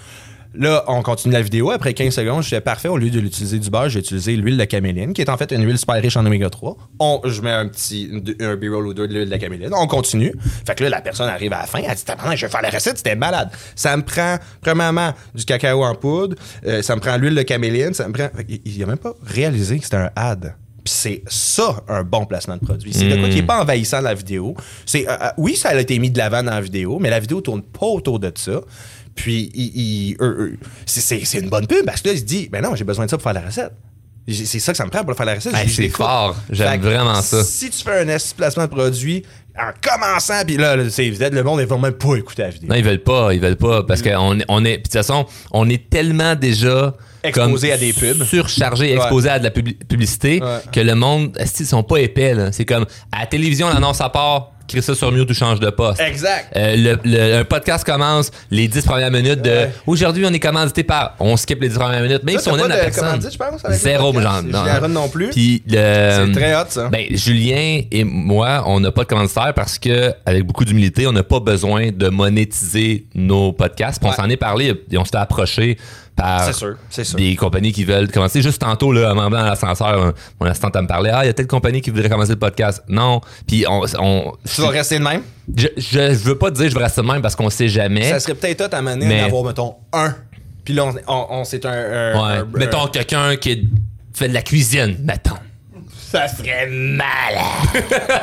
Là, on continue la vidéo. Après quinze secondes, je fais parfait. Au lieu de l'utiliser du beurre, j'ai utilisé l'huile de caméline, qui est en fait une huile super riche en oméga trois. On, je mets un petit un B-roll ou deux de l'huile de caméline. On continue. Fait que là, la personne arrive à la fin. Elle dit, t'as je vais faire la recette. C'était malade. Ça me prend, premièrement, du cacao en poudre. Euh, ça me prend l'huile de caméline. Ça me prend... Il, il a même pas réalisé que c'était un ad. Puis c'est ça, un bon placement de produit. C'est mmh. de quoi qui n'est pas envahissant dans la vidéo. C'est, euh, oui, ça a été mis de l'avant dans la vidéo, mais la vidéo tourne pas autour de ça. Puis, il, il, euh, euh, c'est, c'est, c'est une bonne pub parce que là, il se dit, ben non, j'ai besoin de ça pour faire la recette. J'ai, c'est ça que ça me prend pour faire la recette. Hey, c'est l'écoute. Fort. J'aime fait, vraiment ça. Si tu fais un placement de produit en commençant, puis là, c'est évident, le monde ne va même pas écouter la vidéo. Non, ils veulent pas, ils veulent pas parce qu'on on est, puis de toute façon, on est tellement déjà exposé comme à des pubs, surchargé, exposé ouais. à de la pub- publicité, ouais. que le monde, ils sont pas épais. Là. C'est comme à la télévision, l'annonce à part. Crée ça sur mute ou change de poste. Exact. Euh, le, le, un podcast commence les dix premières minutes de ouais. aujourd'hui, on est commandité par. On skip les dix premières minutes, même si on aime la personne. Je pense, avec Zéro, genre. Non, non. non plus. Puis le, c'est très hot, ça. Ben, Julien et moi, on n'a pas de commanditaire parce que, avec beaucoup d'humilité, on n'a pas besoin de monétiser nos podcasts. Puis on ouais. s'en est parlé et on s'était approché. Par c'est sûr, c'est sûr. Des compagnies qui veulent commencer. Juste tantôt, là, en m'en dans l'ascenseur, mon assistante me parlait. Ah, il y a telle compagnie qui voudrait commencer le podcast. Non. Puis on. on tu vas rester de même? Je, je, je veux pas te dire que je veux rester de même parce qu'on sait jamais. Ça serait peut-être hot à mener mais... d'avoir, mettons, un. Puis là, on, on, on c'est un. un, ouais. un mettons un... quelqu'un qui fait de la cuisine, mettons. Ça serait malade.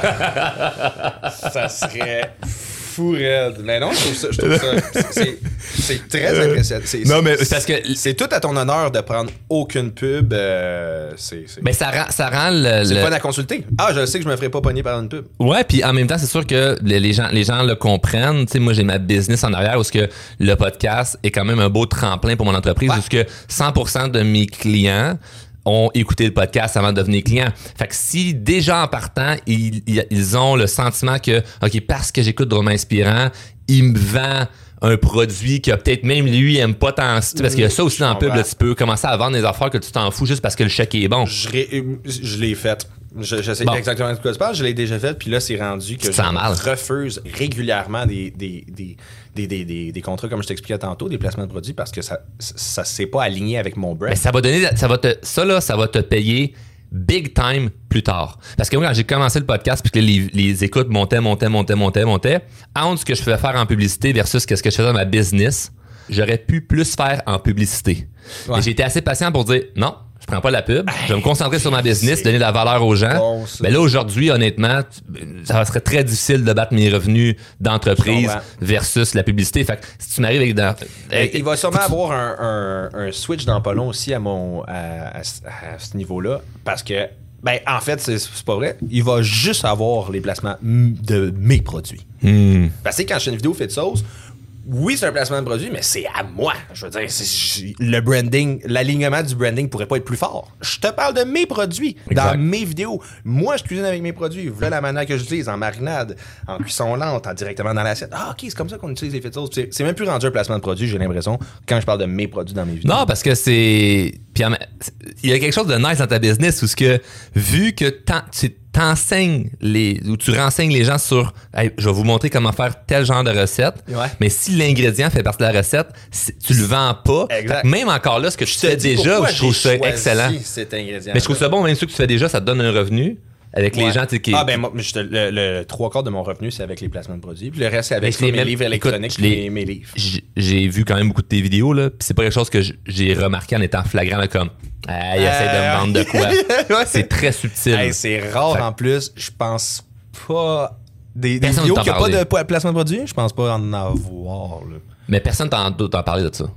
Ça serait. Fou raide. Mais non, je trouve ça, je trouve ça c'est, c'est très appréciable. C'est, non, mais c'est, parce que c'est tout à ton honneur de prendre aucune pub. Euh, c'est, c'est... Mais ça rend, ça rend le. C'est le... fun à consulter. Ah, je sais que je me ferais pas pogner par une pub. Ouais, puis en même temps, c'est sûr que les gens, les gens le comprennent. Tu sais, moi, j'ai ma business en arrière où ce que le podcast est quand même un beau tremplin pour mon entreprise, ouais. où ce que cent pour cent de mes clients ont écouté le podcast avant de devenir clients. Fait que si déjà en partant, ils, ils ont le sentiment que, OK, parce que j'écoute Drôlement Inspirant, il me vend un produit que peut-être même lui aime pas tant. Parce qu'il y a ça aussi dans le pub, là, tu peux commencer à vendre des affaires que tu t'en fous juste parce que le chèque est bon. Je, ré, je l'ai fait. Je, je sais bon. exactement de quoi tu parles. Je l'ai déjà fait, puis là, c'est rendu que tu je mal. refuse régulièrement des, des, des, des, des, des, des contrats, comme je t'expliquais tantôt, des placements de produits, parce que ça ça s'est pas aligné avec mon brand. Mais ça va donner, ça va te, ça là, ça va te payer big time plus tard. Parce que moi, quand j'ai commencé le podcast, puis que les, les écoutes montaient, montaient, montaient, montaient, montaient, entre ce que je pouvais faire en publicité versus ce que je faisais dans ma business, j'aurais pu plus faire en publicité. Ouais. Et j'ai été assez patient pour dire non. Je prends pas la pub, je vais me concentrer sur ma business, donner de la valeur aux gens. Bon, mais là, aujourd'hui, honnêtement, ça serait très difficile de battre mes revenus d'entreprise versus la publicité. Fait que si tu m'arrives avec... Dans, hey, il va sûrement avoir un, un, un switch dans pas long aussi à, mon, à, à, à ce niveau-là, parce que, ben, en fait, c'est, c'est pas vrai. Il va juste avoir les placements de mes produits. Mm. Parce que quand je fais une vidéo fait de sauce, oui, c'est un placement de produit, mais c'est à moi. Je veux dire, c'est, le branding, l'alignement du branding pourrait pas être plus fort. Je te parle de mes produits, exact. Dans mes vidéos. Moi, je cuisine avec mes produits. Voilà la manière que j'utilise, en marinade, en cuisson lente, en directement dans l'assiette. Ah, OK, c'est comme ça qu'on utilise les faits de sauce. C'est, c'est même plus rendu un placement de produit, j'ai l'impression, quand je parle de mes produits dans mes vidéos. Non, parce que c'est... Puis il y a quelque chose de nice dans ta business où ce que, vu que tu t'enseignes les, ou tu renseignes les gens sur, hey, je vais vous montrer comment faire tel genre de recette, ouais. mais si l'ingrédient fait partie de la recette, tu le vends pas. Même encore là, ce que je tu fais déjà, je trouve ça excellent. Cet ingrédient mais je trouve ça bon, même ce que tu fais déjà, ça te donne un revenu. Avec ouais. les gens, tu sais, qui... Ah, ben, moi, je, le, le trois quarts de mon revenu, c'est avec les placements de produits. Puis le reste, c'est avec mes même, livres électroniques écoute, et mes livres. J'ai, j'ai vu quand même beaucoup de tes vidéos, là. Puis c'est pas quelque chose que j'ai remarqué en étant flagrant, là, comme, ah, il euh... essaie de me vendre de quoi. Ouais. C'est très subtil. Hey, c'est rare, fait... en plus. Je pense pas. Des, des vidéos qui n'ont pas de placement de produits, je pense pas en avoir, là. Mais personne t'en, t'en parlé de ça.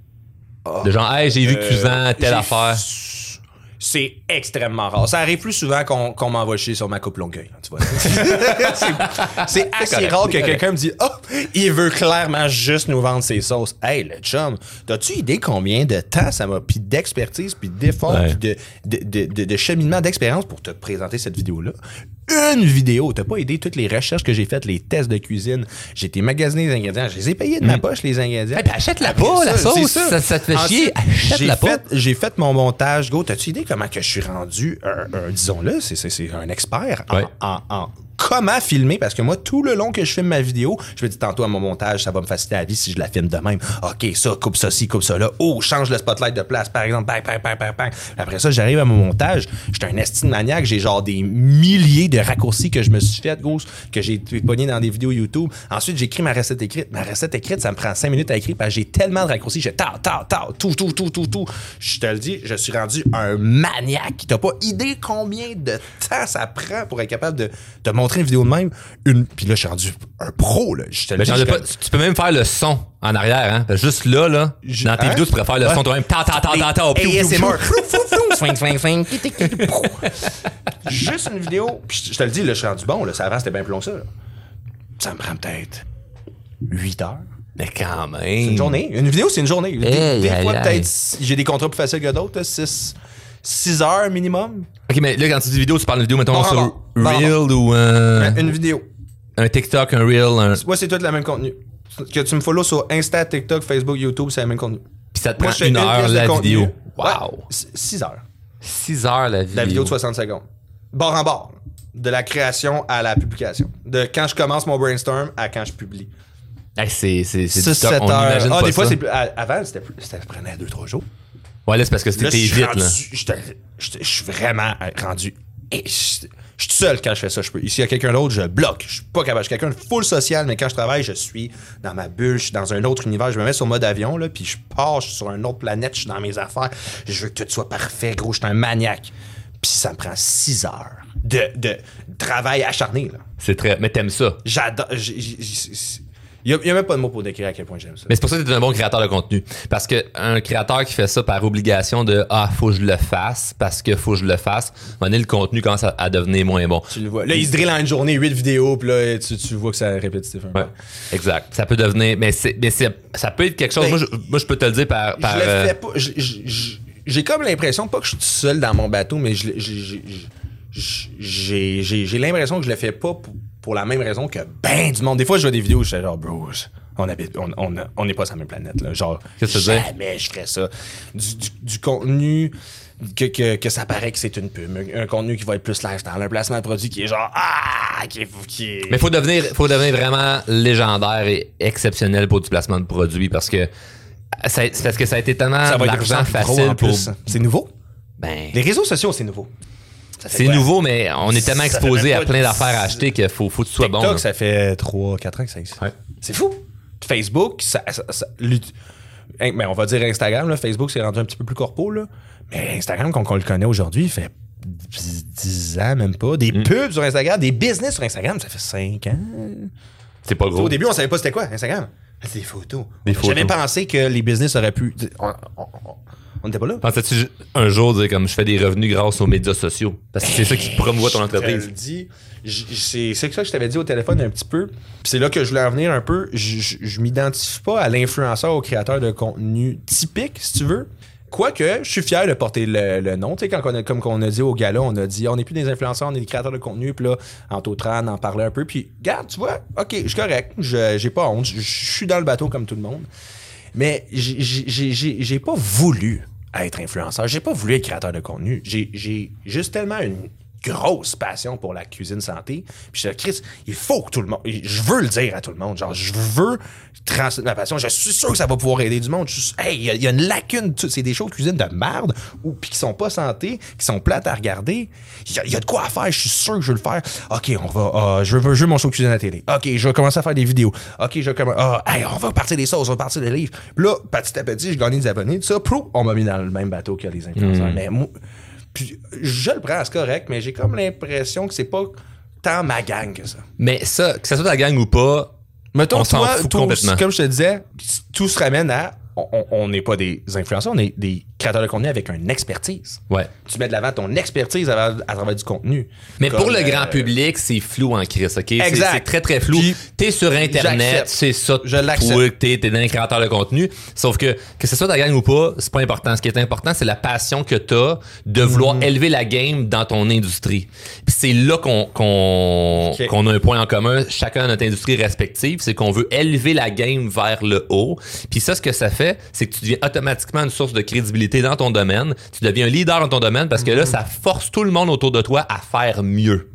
Oh. De genre, hey, j'ai vu que tu vends telle affaire. C'est extrêmement rare. Ça arrive plus souvent qu'on, qu'on m'envoie chier sur ma coupe Longueuil. Tu vois. c'est, c'est assez c'est rare que quelqu'un me dise « Oh, il veut clairement juste nous vendre ses sauces. » Hey, le chum, t'as-tu idée combien de temps ça m'a, puis d'expertise, puis d'effort, ouais. puis de, de, de, de, de cheminement d'expérience pour te présenter cette vidéo-là? Une vidéo. T'as pas aidé toutes les recherches que j'ai faites, les tests de cuisine. J'ai été magasiner les ingrédients. Je les ai payés de ma poche, les ingrédients. Hey, achète-la pas, la sauce. Ça. Ça, ça te fait chier. Achète-la pas. Fait, j'ai fait mon montage. Go, t'as-tu idée comment que je suis rendu, un, un, disons-le, c'est, c'est, c'est un expert ouais. en, en, en comment filmer, parce que moi, tout le long que je filme ma vidéo, je me dis tantôt à mon montage, ça va me faciliter la vie si je la filme de même. OK, ça, coupe ça ci, coupe ça là. Oh, change le spotlight de place, par exemple. Bang, bang, bang, bang, bang. Après ça, j'arrive à mon montage. J'étais un esti de maniaque. J'ai genre des milliers de raccourcis que je me suis fait, gros, que j'ai pogné dans des vidéos YouTube. Ensuite, j'écris ma recette écrite. Ma recette écrite, ça me prend cinq minutes à écrire parce que j'ai tellement de raccourcis. J'ai ta, ta, ta, tout, tout, tout, tout, tout. Je te le dis, je suis rendu un maniaque. T'as pas idée combien de temps ça prend pour être capable de te montrer une vidéo de même. Une... Puis là, je suis rendu un pro, là. Je te le dis. Pas, tu peux même faire le son en arrière, hein. Juste là, là, je, dans tes hein? vidéos, tu pourrais faire le ouais. son toi-même. Ta, ta, ta, ta, ta, A S M R. Swing, swing, swing. Juste une vidéo. Puis je te le dis, là, je suis rendu bon, là. Ça avant, c'était bien plus long que ça, là. Ça me prend peut-être huit heures. Mais quand même. C'est une journée. Une vidéo, c'est une journée. Hey, des, des hey, fois, hey. peut-être, j'ai des contrats plus faciles que d'autres, six heures minimum. OK, mais là, quand tu dis vidéo, tu parles de vidéo, mettons, bon, sur bon, Reel bon. ou... Euh, une vidéo. Un TikTok, un Reel, un... Ouais, c'est tout le même contenu. Que tu me follow sur Insta, TikTok, Facebook, YouTube, c'est le même contenu. Puis ça te prend une heure la vidéo. Wow. six heures. six heures la vidéo. La vidéo de soixante secondes. Bord en bord. De la création à la publication. De quand je commence mon brainstorm à quand je publie. Hey, c'est c'est c'est six, sept heures. Ah, pas des fois, ça. c'est plus, avant, c'était plus, ça prenait deux trois jours. Ouais, là, c'est parce que c'était vite, rendu, là. Je suis vraiment rendu... Je suis tout seul quand je fais ça. Je peux. S'il y a quelqu'un d'autre, je bloque. Je suis pas capable. Je suis quelqu'un de full social, mais quand je travaille, je suis dans ma bulle, je suis dans un autre univers. Je me mets sur mode avion, là, puis je pars, je suis sur une autre planète, je suis dans mes affaires. Je veux que tout soit parfait, gros. Je suis un maniaque. Puis ça me prend six heures de, de travail acharné, là. C'est très... Mais t'aimes ça. J'adore... Il n'y a, a même pas de mots pour décrire à quel point j'aime ça. Mais c'est pour ça que tu es un bon créateur de contenu. Parce qu'un créateur qui fait ça par obligation de « Ah, faut que je le fasse, parce que faut que je le fasse », à un moment donné, le contenu commence à, à devenir moins bon. Tu le vois. Là, il se drille en une journée, huit vidéos, puis là, tu, tu vois que c'est répétitif. Ouais, exact. Ça peut devenir... Mais, c'est, mais c'est, ça peut être quelque chose... Ben, moi, je, moi, je peux te le dire par... par je le fais pas... Je, je, je, j'ai comme l'impression, pas que je suis tout seul dans mon bateau, mais je, je, je, je, j'ai, j'ai, j'ai l'impression que je le fais pas pour, pour la même raison que ben du monde. Des fois, je vois des vidéos où je fais genre, bro, on habite, on, on, on n'est pas sur la même planète, là. Genre, qu'est-ce que jamais je ferais ça. Du, du, du contenu que, que, que ça paraît que c'est une pub. Un, un contenu qui va être plus lifestyle. Un placement de produit qui est genre, ah, qui est, qui est... Mais faut devenir, faut devenir vraiment légendaire et exceptionnel pour du placement de produit parce que Ça, c'est parce que ça a été tellement ça va d'argent facile pour... C'est nouveau? Ben... Les réseaux sociaux, c'est nouveau. C'est quoi? Nouveau, mais on est tellement ça exposé à plein de... d'affaires à acheter qu'il faut, faut que tu sois bon. TikTok, ça fait trois quatre ans que ça existe. Ouais. C'est fou. Facebook, ça... ça, ça mais on va dire Instagram, là, Facebook, c'est rendu un petit peu plus corpo, là. Mais Instagram, comme on le connaît aujourd'hui, il fait dix ans, même pas. Des mm. pubs sur Instagram, des business sur Instagram, ça fait cinq ans. C'est pas gros. Au début, on savait pas c'était quoi, Instagram. Des photos. Des photos. J'avais pensé que les business auraient pu... On, on, on n'était pas là. Pensais-tu un jour dire comme je fais des revenus grâce aux médias sociaux? Parce que c'est ça qui promouvoit ton entreprise. Je te le dis. C'est, c'est ça que je t'avais dit au téléphone un petit peu. Puis c'est là que je voulais en venir un peu. Je, je, je m'identifie pas à l'influenceur, au créateur de contenu typique, si tu veux. Quoique, je suis fier de porter le, le nom. Tu sais, quand on a, comme on a dit au gala, on a dit on n'est plus des influenceurs, on est des créateurs de contenu. Puis là, Anto-Tran en parlait un peu. Puis, regarde, tu vois, OK, je suis correct. Je, j'ai pas honte. Je, je suis dans le bateau comme tout le monde. Mais j'ai, j'ai, j'ai, j'ai pas voulu être influenceur. J'ai pas voulu être créateur de contenu. J'ai, j'ai juste tellement une grosse passion pour la cuisine santé. Puis je dis, Chris, il faut que tout le monde... Je veux le dire à tout le monde. Genre, je veux transmettre ma passion. Je suis sûr que ça va pouvoir aider du monde. Je suis, hey, il y, y a une lacune. C'est des shows de cuisine de merde ou puis qui sont pas santé, qui sont plates à regarder. Il y, y a de quoi à faire. Je suis sûr que je veux le faire. OK, on va... Uh, je veux jouer mon show de cuisine à la télé. OK, je vais commencer à faire des vidéos. OK, je vais commencer... Uh, hey, on va partir des sauces, on va partir des livres. Puis là, petit à petit, je gagne des abonnés. Tout ça, pro, on m'a mis dans le même bateau que les influenceurs. Mm. Mais moi... Puis je le prends, c'est correct, mais j'ai comme l'impression que c'est pas tant ma gang que ça. Mais ça, que ça soit ta gang ou pas, mettons, on s'en fout complètement. Comme je te disais, tout se ramène à... On n'est pas des influenceurs, on est des créateurs de contenu avec une expertise. Ouais. Tu mets de l'avant ton expertise à, à travers du contenu. Mais comme, pour le euh, grand public, c'est flou en crise, OK? Exact. C'est, c'est très, très flou. Puis, t'es sur Internet, j'accepte. C'est ça. Je l'accepte. Toi, t'es, t'es un créateur de contenu. Sauf que, que ce soit ta gang ou pas, c'est pas important. Ce qui est important, c'est la passion que t'as de vouloir mm. élever la game dans ton industrie. Puis c'est là qu'on, qu'on, okay. qu'on a un point en commun, chacun dans notre industrie respective, c'est qu'on veut élever la game vers le haut. Puis ça, ce que ça fait, c'est que tu deviens automatiquement une source de crédibilité dans ton domaine. Tu deviens un leader dans ton domaine parce que là, ça force tout le monde autour de toi à faire mieux.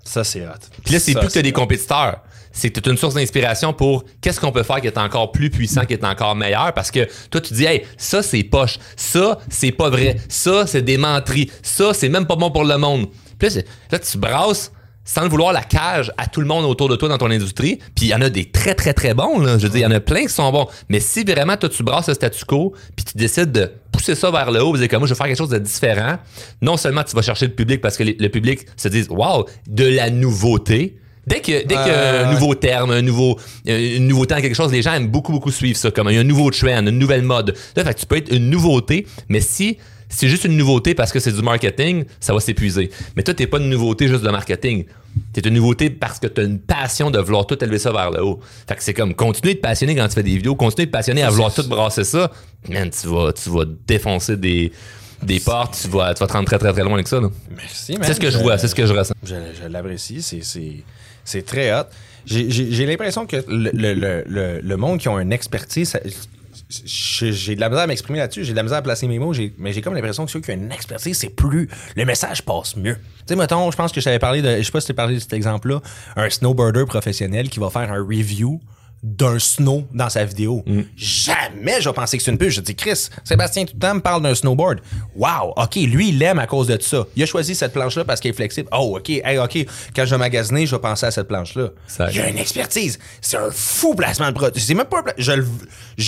Ça, c'est hot. Puis là, c'est Ça, plus que t'as des hot. compétiteurs. C'est que t'es une source d'inspiration pour qu'est-ce qu'on peut faire qui est encore plus puissant, qui est encore meilleur. Parce que toi, tu dis, hey, ça, c'est poche. Ça, c'est pas vrai. Ça, c'est des menteries. Ça, c'est même pas bon pour le monde. Puis là, là tu brasses sans le vouloir la cage à tout le monde autour de toi dans ton industrie. Puis il y en a des très, très, très bons. Là. Je veux dire, il y en a plein qui sont bons. Mais si vraiment, toi, tu brasses le statu quo puis tu décides de pousser ça vers le haut, vous dire comme moi, je vais faire quelque chose de différent, non seulement tu vas chercher le public parce que le, le public se dit, wow, de la nouveauté. Dès que dès qu'il y a un nouveau terme, un nouveau une nouveauté en quelque chose, les gens aiment beaucoup beaucoup suivre ça comme il y a un nouveau trend, une nouvelle mode. Là, fait que tu peux être une nouveauté, mais si c'est juste une nouveauté parce que c'est du marketing, ça va s'épuiser. Mais toi, t'es pas une nouveauté juste de marketing. T'es une nouveauté parce que t'as une passion de vouloir tout élever ça vers le haut. Fait que c'est comme continuer de te passionner quand tu fais des vidéos, continuer de te passionner à vouloir tout brasser ça. Man, tu vas tu vas défoncer des des portes, tu vas tu vas te rendre très très très loin avec ça. Là. Merci, man. C'est ce que je, je vois, c'est ce que je ressens. Je, je l'apprécie, c'est, c'est, c'est très hot. J'ai, j'ai, j'ai l'impression que le, le, le, le, le monde qui a une expertise, ça, j'ai, j'ai de la misère à m'exprimer là-dessus, j'ai de la misère à placer mes mots, j'ai, mais j'ai comme l'impression que ceux qui ont une expertise, c'est plus... Le message passe mieux. Tu sais, mettons, je pense que je t'avais parlé de... Je sais pas si tu t'ai parlé de cet exemple-là, un snowboarder professionnel qui va faire un review d'un snow dans sa vidéo. Mm. Jamais je vais penser que c'est une pub. Je dis, Chris, Sébastien tout le temps me parle d'un snowboard. Wow, OK, lui, il l'aime à cause de ça. Il a choisi cette planche-là parce qu'elle est flexible. Oh, OK, hey, OK, quand je vais magasiner, je vais penser à cette planche-là. Ça il y a une expertise. C'est un fou placement de produit. C'est même pas un pla... je le...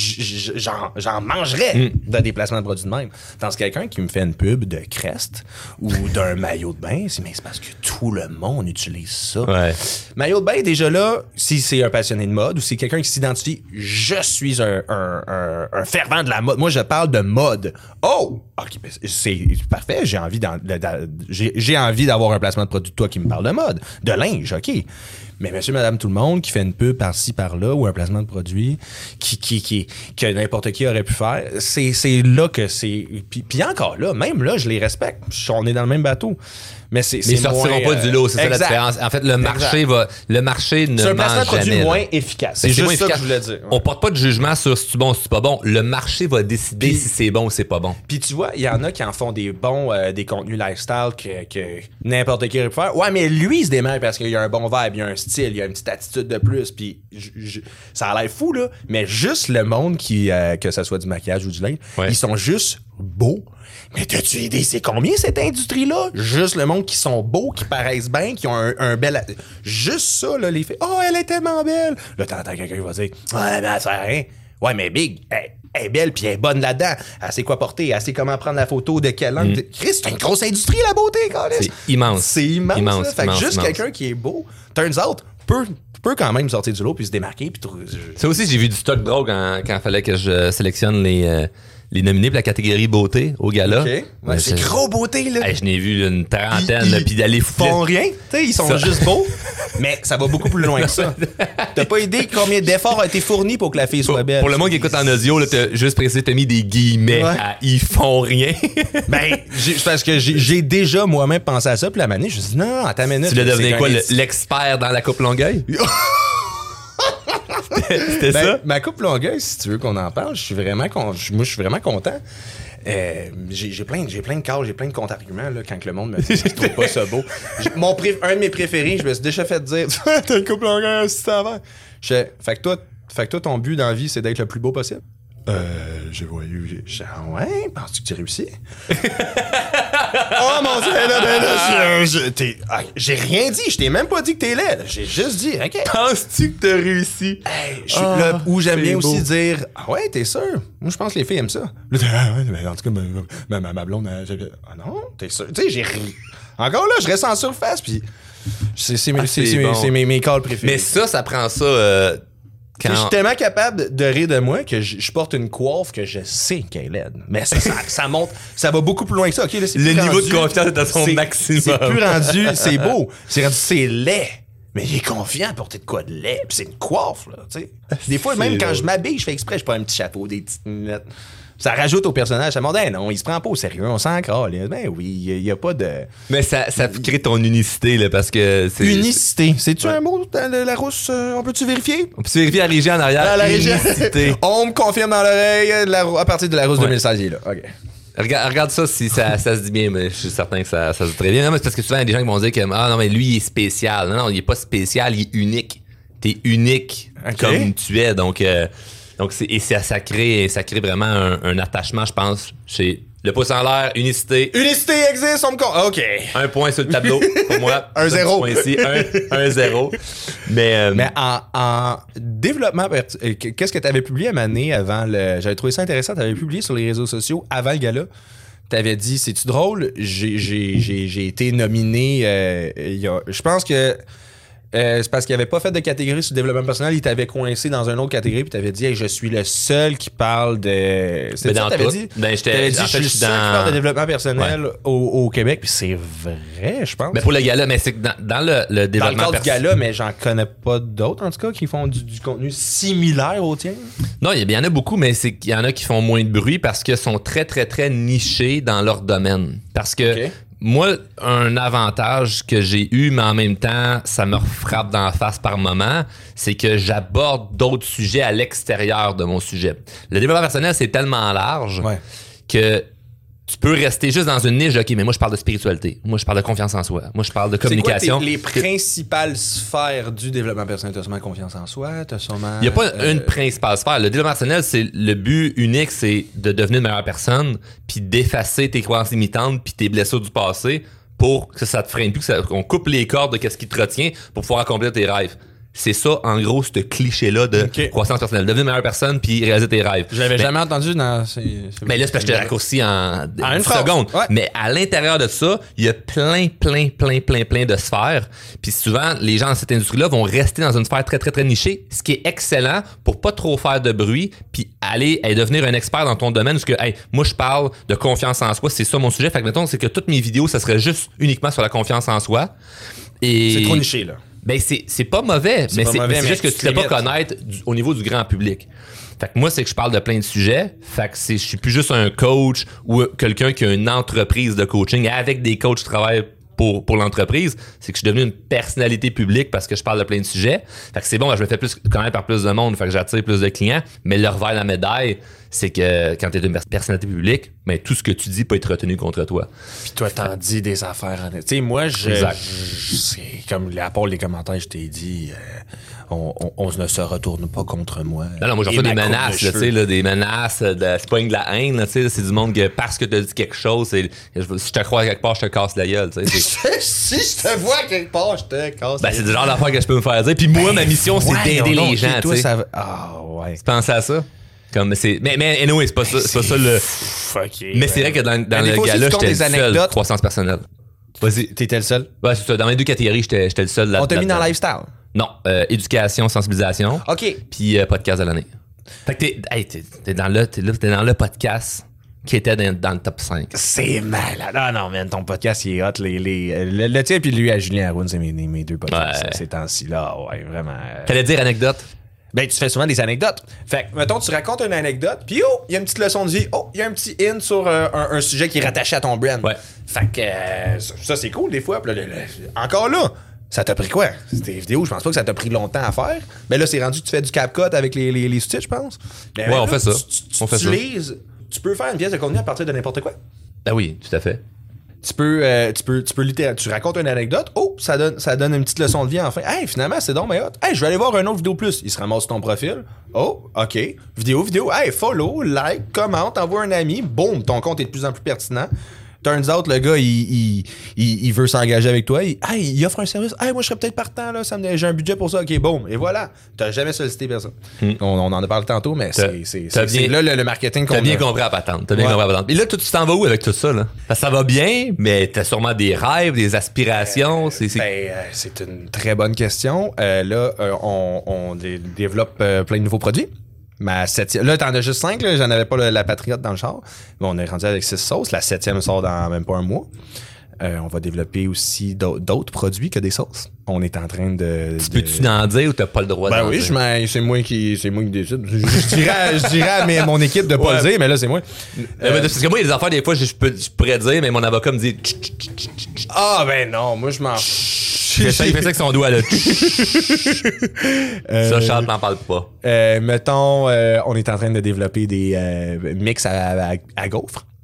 j'en, j'en mangerais mm. de des placements de produits de même. Dans ce quelqu'un qui me fait une pub de Crest ou d'un maillot de bain, c'est, mais c'est parce que tout le monde utilise ça. Ouais. Maillot de bain, déjà là, si c'est un passionné de mode ou si quelqu'un qui s'identifie, je suis un, un, un, un fervent de la mode. Moi, je parle de mode. Oh! OK, c'est parfait. J'ai envie, d'en, de, de, j'ai, j'ai envie d'avoir un placement de produit de toi qui me parle de mode. De linge, OK. Mais monsieur, madame, tout le monde qui fait une pub par-ci, par-là ou un placement de produit qui, qui, qui, que n'importe qui aurait pu faire, c'est, c'est là que c'est... Puis, puis encore là, même là, je les respecte. On est dans le même bateau. Mais c'est, c'est mais ils sortiront moins, pas du lot, c'est exact. Ça la différence. En fait, le marché exact. va, le marché ne c'est un mange placement de produit jamais, moins efficace. C'est, c'est juste ça efficace. Que je voulais dire. Ouais. On porte pas de jugement sur si c'est bon ou si c'est pas bon. Le marché va décider puis, si c'est bon ou c'est pas bon. Puis tu vois, il y en a qui en font des bons, euh, des contenus lifestyle que, que n'importe qui aurait pu faire. Ouais, mais lui, il se démarque parce qu'il y a un bon vibe, il y a un style, il y a une petite attitude de plus. Puis j- j- ça a l'air fou, là. Mais juste le monde qui, euh, que ça soit du maquillage ou du linge, ouais. ils sont juste beaux. Mais t'as-tu idée, c'est combien cette industrie-là? Juste le monde qui sont beaux, qui paraissent bien, qui ont un, un bel... Juste ça, là, les filles. Oh, elle est tellement belle! Là, t'entends quelqu'un qui va dire, ouais, mais elle sert à rien. Ouais, mais Big, elle, elle est belle, puis elle est bonne là-dedans. Elle sait quoi porter, elle sait comment prendre la photo, de quelle langue. Mm. Chris, c'est une grosse industrie, la beauté, quand même. C'est immense. C'est immense, immense, là. Fait immense, que juste immense. quelqu'un qui est beau, turns out, peut... peut quand même sortir du lot puis se démarquer. Puis trouver... Ça aussi, j'ai vu du stock drôle quand il fallait que je sélectionne les, euh, les nominés pour la catégorie beauté au gala. Okay. Ouais, ouais, c'est gros beauté, là. Hey, je n'ai vu une trentaine, puis d'aller foutre. Ils font rien, tu sais, ils sont ça. Juste beaux, mais ça va beaucoup plus loin que ça. T'as pas idée combien d'efforts a été fourni pour que la fille soit pour, belle. Pour le monde qui écoute en audio, là, t'as juste précisé, t'as mis des guillemets ouais. à ils font rien. Ben, c'est parce que j'ai, j'ai déjà moi-même pensé à ça, puis la manée, je me suis dit, non, attends une minute. Tu l'as devenu quoi, le, l'expert dans la coupe Longueuil? C'était ben, ça? Ma coupe Longueuil, si tu veux qu'on en parle, je suis vraiment, con... moi, je suis vraiment content. Euh, j'ai, j'ai, plein, j'ai plein de cas, j'ai plein de contre-arguments là, quand le monde me dit que je trouve pas ça beau. Mon pré... Un de mes préférés, je me suis déjà fait dire t'as une coupe Longueuil aussi avant. Je fais, fait que toi, fait que toi, ton but dans la vie, c'est d'être le plus beau possible. Euh, j'ai voyé. J'ai ah ouais, penses-tu que tu réussis? Oh mon dieu, là, là, là, je, je, t'es, ah, j'ai rien dit, je t'ai même pas dit que t'es laid. J'ai juste dit, ok. Penses-tu que t'as réussi? Hey, je suis oh, là où j'aime bien beau. Aussi dire, ah ouais, t'es sûr? Moi, je pense que les filles aiment ça. Là, ah ouais, mais en tout cas, ma, ma, ma blonde, elle, ah non, t'es sûr? Tu sais, j'ai ri. Encore là, je reste en surface, puis c'est, c'est, ah, c'est, c'est, bon. c'est mes, mes calls préférés. Mais ça, ça prend ça. Euh... Quand... Je suis tellement capable de rire de moi que je, je porte une coiffe que je sais qu'elle est laide. Mais ça, ça, ça monte, ça va beaucoup plus loin que ça. Okay, là, c'est le niveau rendu, de confiance est à son c'est, maximum. C'est plus rendu, c'est beau. C'est rendu, c'est laid. Mais il est confiant à porter de quoi de laid. Puis c'est une coiffe, là, tu sais. Des fois, même quand je m'habille, je fais exprès, je prends un petit chapeau, des petites lunettes. Ça rajoute au personnage. Ça me dit, hey, non, il se prend pas au sérieux, on s'en crale. Ben oui, il n'y a, a pas de. Mais ça, ça crée ton unicité, là, parce que c'est. Unicité. C'est-tu ouais. un mot, la, la rousse? Euh, on peut-tu vérifier? On peut-tu vérifier à la régie en arrière? À la régie. On me confirme dans l'oreille la, à partir de la rousse ouais. deux mille seize, il est là. OK. Regarde, regarde ça si ça, ça se dit bien, mais je suis certain que ça, ça se dit très bien. Non, mais c'est parce que souvent, il y a des gens qui vont dire que ah non, mais lui, il est spécial. Non, non, il est pas spécial, il est unique. T'es unique okay. comme tu es. Donc, euh, donc c'est, et ça, ça, crée, ça crée vraiment un, un attachement, je pense, chez le pouce en l'air, unicité. Unicité existe, on me compte. OK. Un point sur le tableau pour moi. un zéro. Un, ici, un, un zéro. Mais, euh, Mais en, en développement, qu'est-ce que tu avais publié à ma année avant le. J'avais trouvé ça intéressant. Tu avais publié sur les réseaux sociaux avant le gala. Tu avais dit, c'est-tu drôle? J'ai, j'ai, j'ai, j'ai été nominé. Euh, il y a, je pense que. Euh, c'est parce qu'il avait pas fait de catégorie sur le développement personnel, il t'avait coincé dans une autre catégorie puis t'avais dit hey, je suis le seul qui parle de c'est ça t'avais dit ben, t'avais dit en je fait, suis le seul dans... qui parle de développement personnel ouais. au, au Québec puis c'est vrai je pense mais pour le gala mais c'est que dans, dans le, le développement dans le cadre pers- du gala mais j'en connais pas d'autres en tout cas qui font du, du contenu similaire au tien. Non il y, y en a beaucoup mais c'est qu'il y en a qui font moins de bruit parce qu'ils sont très très très nichés dans leur domaine parce que okay. Moi, un avantage que j'ai eu, mais en même temps, ça me frappe dans la face par moment, c'est que j'aborde d'autres sujets à l'extérieur de mon sujet. Le développement personnel, c'est tellement large ouais. que tu peux rester juste dans une niche. OK, mais moi, je parle de spiritualité. Moi, je parle de confiance en soi. Moi, je parle de communication. C'est quoi tes, les principales sphères du développement personnel? T'as sûrement confiance en soi, t'as sûrement... Il n'y a pas euh... une principale sphère. Le développement personnel, c'est le but unique, c'est de devenir une meilleure personne, puis d'effacer tes croyances limitantes, puis tes blessures du passé pour que ça te freine plus, que ça, qu'on coupe les cordes de ce qui te retient pour pouvoir accomplir tes rêves. C'est ça, en gros, ce cliché-là de okay. croissance personnelle. Devenir une meilleure personne puis réaliser tes rêves. Je l'avais mais, jamais entendu dans... C'est, c'est mais là, c'est parce que je te raccourcis en, en une seconde. Ouais. Mais à l'intérieur de ça, il y a plein, plein, plein, plein, plein de sphères. Puis souvent, les gens dans cette industrie-là vont rester dans une sphère très, très, très nichée, ce qui est excellent pour pas trop faire de bruit puis aller hey, devenir un expert dans ton domaine. Parce que, hey, moi, je parle de confiance en soi. C'est ça mon sujet. Fait que, mettons, c'est que toutes mes vidéos, ça serait juste uniquement sur la confiance en soi. Et... C'est trop niché, là. Ben c'est, c'est pas mauvais, c'est mais pas c'est, mauvais, mais c'est mais juste que tu ne sais pas connaître du, au niveau du grand public. Fait que moi, c'est que je parle de plein de sujets. Fait que c'est, je suis plus juste un coach ou quelqu'un qui a une entreprise de coaching avec des coachs qui travaillent pour, pour l'entreprise. C'est que je suis devenu une personnalité publique parce que je parle de plein de sujets. Fait que c'est bon, ben, je me fais plus connaître par plus de monde. Fait que j'attire plus de clients. Mais le revers de la médaille, c'est que quand tu es une personnalité publique, ben, tout ce que tu dis peut être retenu contre toi. Puis toi, t'en dis des affaires. Tu sais, moi, je, je, c'est comme à part les commentaires, je t'ai dit, euh, on, on, on ne se retourne pas contre moi. Non, non, moi, j'en fais des menaces, là, là, des menaces, de, c'est pas une de la haine, là, c'est du monde que parce que tu as dit quelque chose, c'est, si je te crois quelque part, je te casse la gueule. Si je te vois quelque part, je te casse ben, c'est le genre d'affaire que je peux me faire dire. Puis moi, ben, ma mission, c'est d'aider les gens. Toi, ça... Ah, oh, ouais. Tu penses à ça? Comme c'est mais mais anyway, c'est pas ça c'est pas ça le fucké, mais c'est vrai que dans, dans le gala j'étais le seul croissance personnelle. Vas-y, t'étais le seul? Ouais, c'est ça, dans mes deux catégories, j'étais j'étais le seul là. On t'a mis dans lifestyle? Non, euh, éducation, sensibilisation. OK. Puis euh, podcast de l'année. Fait que t'es hey, t'es, t'es dans le t'es là, t'es dans le podcast qui était dans, dans le top cinq. C'est malade. Ah non, man, ton podcast, il est hot. Les, les, le, le tien puis lui à Julien Haroun, c'est mes, mes deux podcasts ouais. Ces temps-ci là, ouais, vraiment. Euh... T'allais dire anecdote? Ben, tu fais souvent des anecdotes. Fait que, mettons, tu racontes une anecdote, puis oh, il y a une petite leçon de vie. Oh, il y a un petit in sur euh, un, un sujet qui est rattaché à ton brand. Ouais. Fait que euh, ça, ça, c'est cool des fois. Puis là, le, le, encore là, ça t'a pris quoi? C'était vidéo, je pense pas que ça t'a pris longtemps à faire. Mais là, c'est rendu que tu fais du CapCut avec les, les, les sous-titres, je pense. Mais ouais, là, on fait ça. Tu, tu, on tu fait utilises, ça. Tu peux faire une pièce de contenu à partir de n'importe quoi. Ben oui, tout à fait. Tu peux, euh, tu peux, tu peux littéralement, tu racontes une anecdote, oh, ça donne, ça donne une petite leçon de vie enfin. Hey, finalement, c'est donc, mais hot. Hey, je vais aller voir un autre vidéo plus. Il se ramasse sur ton profil. Oh, OK. Vidéo, vidéo. Hey, follow, like, commente, envoie un ami. Boum, ton compte est de plus en plus pertinent. Turns out, le gars, il, il, il, il veut s'engager avec toi. Il, hey, il offre un service. Hey, moi, je serais peut-être partant, là. Ça me, j'ai un budget pour ça. OK, boum. Et voilà. T'as jamais sollicité personne. Hmm. On, on en a parlé tantôt, mais t'as, c'est, c'est, c'est, bien, c'est là le, le marketing qu'on T'as bien a. compris à patente. T'as bien ouais. compris à patente. Et là, toi, tu t'en vas où avec tout ça, là? Parce que ça va bien, mais t'as sûrement des rêves, des aspirations. Euh, c'est, c'est... Ben, euh, c'est une très bonne question. Euh, là, euh, on, on dé- développe euh, plein de nouveaux produits. Ma septième, là, t'en as juste cinq, là. J'en avais pas la, la Patriote dans le char. Bon, on est rendu avec six sauces. La septième sort dans même pas un mois. Euh, on va développer aussi d'autres, d'autres produits que des sauces. On est en train de... Tu peux-tu en dire ou t'as pas le droit ben d'en oui, dire? Ben oui, c'est moi qui, c'est moi qui décide. Je, je dirais, je dirais à mes, mon équipe de pas ouais. le dire, mais là, c'est moi. Euh, parce que moi, il y a des affaires, des fois, je, je, peux, je pourrais dire, mais mon avocat me dit... Ah, ben non, moi, je m'en... Il fait ça avec son doigt, là. euh, ça, Charles n'en parle pas. Euh, mettons, euh, on est en train de développer des euh, mix à, à, à gaufres.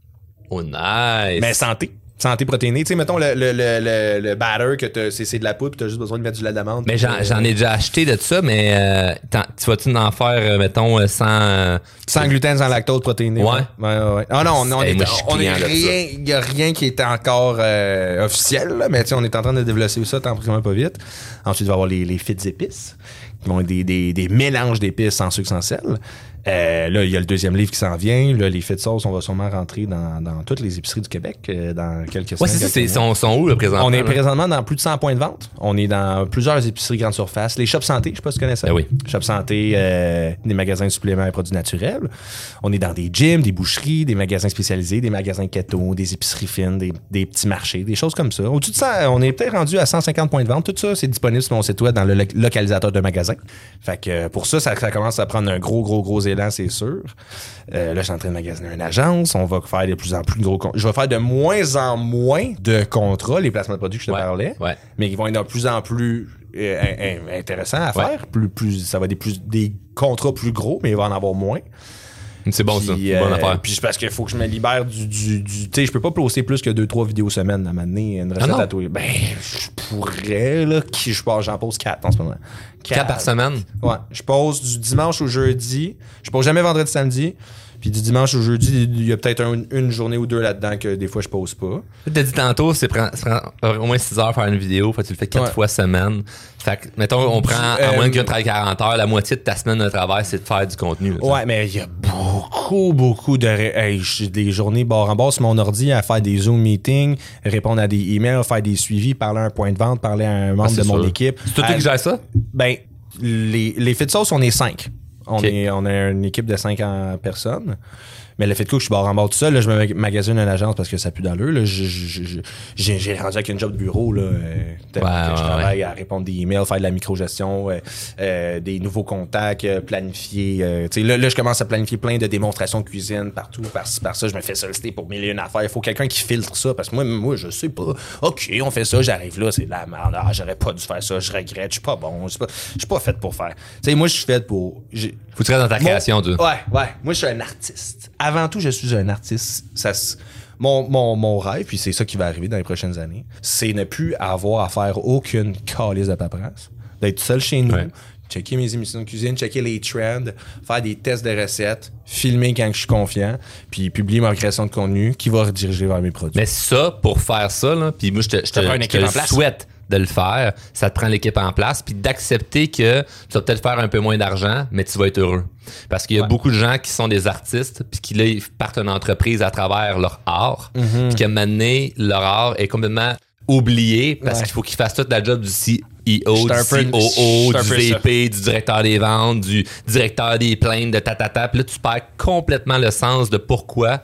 Oh, nice. Mais santé. Santé protéinée. Tu sais, mettons, le, le, le, le, le batter, que t'as, c'est, c'est de la poudre, puis t'as juste besoin de mettre du lait d'amande. Mais j'en, euh, j'en ai déjà acheté de ça, mais euh, tu vas-tu en faire, euh, mettons, sans... Euh, sans gluten, sans lactose, protéiné. Ouais. Ouais, ouais, ouais. Ah non, on, on Hey, est, moi, je suis on est client de rien, il y a rien qui est encore euh, officiel, là, mais tu sais, on est en train de développer ça tant pas vite. Ensuite, il va y avoir les, les fits épices, qui vont être des, des, des mélanges d'épices sans sucre, sans sel. Euh, là, il y a le deuxième livre qui s'en vient. Là, les fits sauce, on va sûrement rentrer dans, dans toutes les épiceries du Québec euh, dans quelques Ouais, semaines. c'est ça, c'est, mois. sont, sont où, là, présentement? On est là? présentement dans plus de cent points de vente. On est dans plusieurs épiceries grande surface. Les shops santé, je sais pas si tu connais ça. Ben oui. Shops santé, euh, des magasins de suppléments et produits naturels. On est dans des gyms, des boucheries, des magasins spécialisés, des magasins keto, des épiceries fines, des, des petits marchés, des choses comme ça. Au-dessus de ça, on est peut-être rendu à cent cinquante points de vente. Tout ça, c'est disponible sur mon site web dans le lo- localisateur de magasin. Fait que euh, pour ça, ça, ça commence à prendre un gros, gros, gros élan, c'est sûr. Euh, là, je suis en train de magasiner une agence. On va faire de plus en plus de gros... Con- je vais faire de moins en moins de contrats, les placements de produits que je te Ouais, parlais, ouais. mais qui vont être de plus en plus euh, in- in- intéressants à Ouais. faire. Plus, plus, ça va être des, plus, des contrats plus gros, mais il va en avoir moins. C'est bon, Puis, ça. C'est bonne euh, affaire. Puis c'est parce qu'il faut que je me libère du... du, du tu sais, je peux pas poster plus que deux trois vidéos semaine à m'amener une recette non? à tous. Ben, je pourrais, là, qui je pars, j'en pose quatre en ce moment. Quatre par semaine? Ouais. Je pose du dimanche au jeudi. Je pose jamais vendredi, samedi. Puis du dimanche au jeudi, il y a peut-être un- une journée ou deux là-dedans que des fois je pose pas. Tu t'as dit tantôt, c'est prend, ça prend au moins six heures faire une vidéo. Fait que tu le fais quatre Ouais. fois semaine. Fait que, mettons, on prend, à Euh, moins qu'un travail quarante heures, la moitié de ta semaine de travail, c'est de faire du contenu. là, Ouais, mais il y a beaucoup, beaucoup de... ré- Hey, j'ai des journées bord en bord sur mon ordi à faire des Zoom meetings, répondre à des emails, faire des suivis, parler à un point de vente, parler à un membre Ah, c'est de mon sûr. équipe. C'est toi À- qui gère ça? Ben, les, les fit sauce, on est cinq. On, Ok. est, on a une équipe de cinq en personnes. Mais le fait de coup, je suis bord en bord tout seul. Là, je me magasine une agence parce que ça pue d'allure. Là, je- je- je- j'ai, j'ai rendu avec une job de bureau. Là, euh, tellement Ouais, que ouais, je travaille à répondre des emails, faire de la microgestion, euh, euh, des nouveaux contacts, euh, planifier. Euh, tu sais, là, là, je commence à planifier plein de démonstrations de cuisine partout, par-ci, par ça. Je me fais solliciter pour mille et une affaires. Il faut quelqu'un qui filtre ça parce que moi, moi, je sais pas. OK, on fait ça, j'arrive là, c'est de la merde. Ah, j'aurais pas dû faire ça, je regrette, je suis pas bon. Je suis pas, je suis pas fait pour faire. Tu sais, moi, je suis fait pour. j'ai- Faut que tu restes dans ta mon- création, tu. Ouais, ouais. Moi, je suis un artiste. Avant tout, je suis un artiste. Ça, se- mon, mon, mon rêve, puis c'est ça qui va arriver dans les prochaines années, c'est ne plus avoir à faire aucune calice de paperasse. D'être seul chez nous, Ouais. checker mes émissions de cuisine, checker les trends, faire des tests de recettes, filmer quand je suis confiant, puis publier ma création de contenu qui va rediriger vers mes produits. Mais ça, pour faire ça, là, puis moi, je te, je te, Ça prend une je équipe te en place. souhaite de le faire. Ça te prend l'équipe en place, puis d'accepter que tu vas peut-être faire un peu moins d'argent, mais tu vas être heureux. Parce qu'il y a Ouais. beaucoup de gens qui sont des artistes, puis qui là, ils partent une entreprise à travers leur art, Mm-hmm. puis qu'à un moment donné, leur art est complètement oublié parce Ouais. qu'il faut qu'ils fassent toute la job du C E O, Je du suis un peu- C O O, je du suis un peu V P, du directeur des ventes, du directeur des plaintes, de tatata. Puis là, tu perds complètement le sens de pourquoi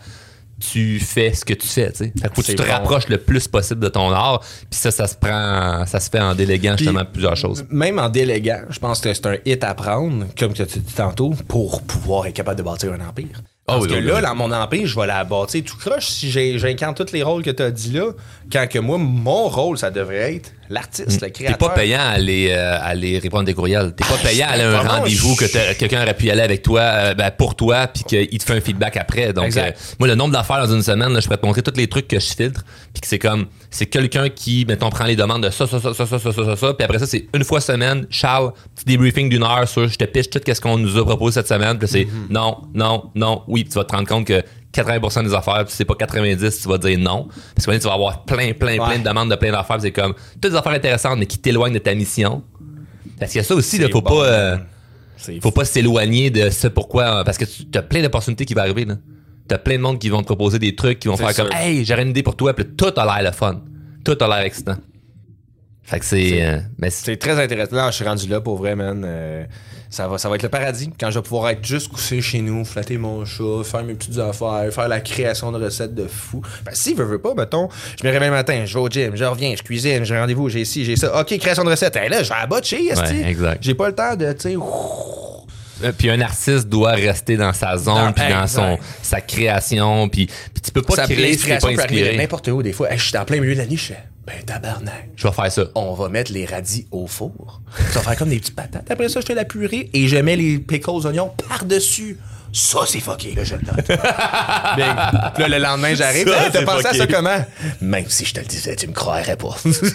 tu fais ce que tu fais, tu sais. Fait que faut que C'est tu te bon. rapproches le plus possible de ton art, puis ça, ça se prend, ça se fait en déléguant Puis, justement plusieurs choses. Même en déléguant, je pense que c'est un hit à prendre, comme tu as dit tantôt, pour pouvoir être capable de bâtir un empire. Ah Parce oui, que oui, là, oui. dans mon empire, je vais la bâtir tout croche si j'ai- j'incarne tous les rôles que tu as dit là. Quand que moi, mon rôle, ça devrait être l'artiste, le T'es créateur. pas payant à aller, euh, à aller répondre des courriels. T'es pas payant à aller à un Ah, non, rendez-vous je- que t'as- quelqu'un aurait pu y aller avec toi, euh, ben, pour toi, puis qu'il te fait un feedback après. Donc, Exact. euh, moi, le nombre d'affaires dans une semaine, là, je pourrais te montrer tous les trucs que je filtre, puis que c'est comme, c'est quelqu'un qui, mettons, prend les demandes de ça, ça, ça, ça, ça, ça, ça, ça, ça, puis après ça, c'est une fois semaine, Charles, petit débriefing d'une heure sur, je te pitch tout ce qu'on nous a proposé cette semaine, puis c'est Mm-hmm. non, non, non, oui, puis tu vas te rendre compte que quatre-vingts pour cent des affaires, puis c'est pas quatre-vingt-dix, tu vas dire non. Parce que là, tu vas avoir plein, plein, plein Ouais. de demandes de plein d'affaires. puis C'est comme toutes des affaires intéressantes, mais qui t'éloignent de ta mission. Parce qu'il y a ça aussi, là, C'est faut bon. pas, euh, C'est faut pas s'éloigner de ce pourquoi. euh, Parce que tu as plein d'opportunités qui vont arriver, là. T'as plein de monde qui vont te proposer des trucs, qui vont C'est faire sûr. comme, hey, j'aurais une idée pour toi, puis là, tout a l'air le fun. Tout a l'air excitant. Fait que c'est, euh, mais c'est, C'est très intéressant. Là, je suis rendu là pour vrai, man. Euh, ça, va, ça va être le paradis. Quand je vais pouvoir être juste couché chez nous, flatter mon chat, faire mes petites affaires, faire la création de recettes de fou. Ben, si, veut, veut pas, mettons, je me réveille le matin, je vais au gym, je reviens, je cuisine, j'ai rendez-vous, j'ai ci, j'ai ça. OK, création de recettes. Hey, là, je vais à bas de chez, esti. Ouais, exact. J'ai pas le temps de, tu sais, Euh, puis un artiste doit rester dans sa zone, Dans- puis dans son, exact. sa création, puis, puis tu peux pas ça créer si t'es pas l'inspiration peut arriver inspiré. n'importe où. Des fois, hey, je suis en plein milieu de la nuit, je fais, ben, tabarnak. Je vais faire ça. On va mettre les radis au four. Ça va faire comme des petites patates. Après ça, je fais la purée et je mets les pickles oignons par-dessus. Ça, c'est fucké, là, je le note. Big. Puis là, le lendemain, j'arrive. Ça, Hey, t'as c'est pensé à fucké. ça comment? Même si je te le disais, tu me croirais pas.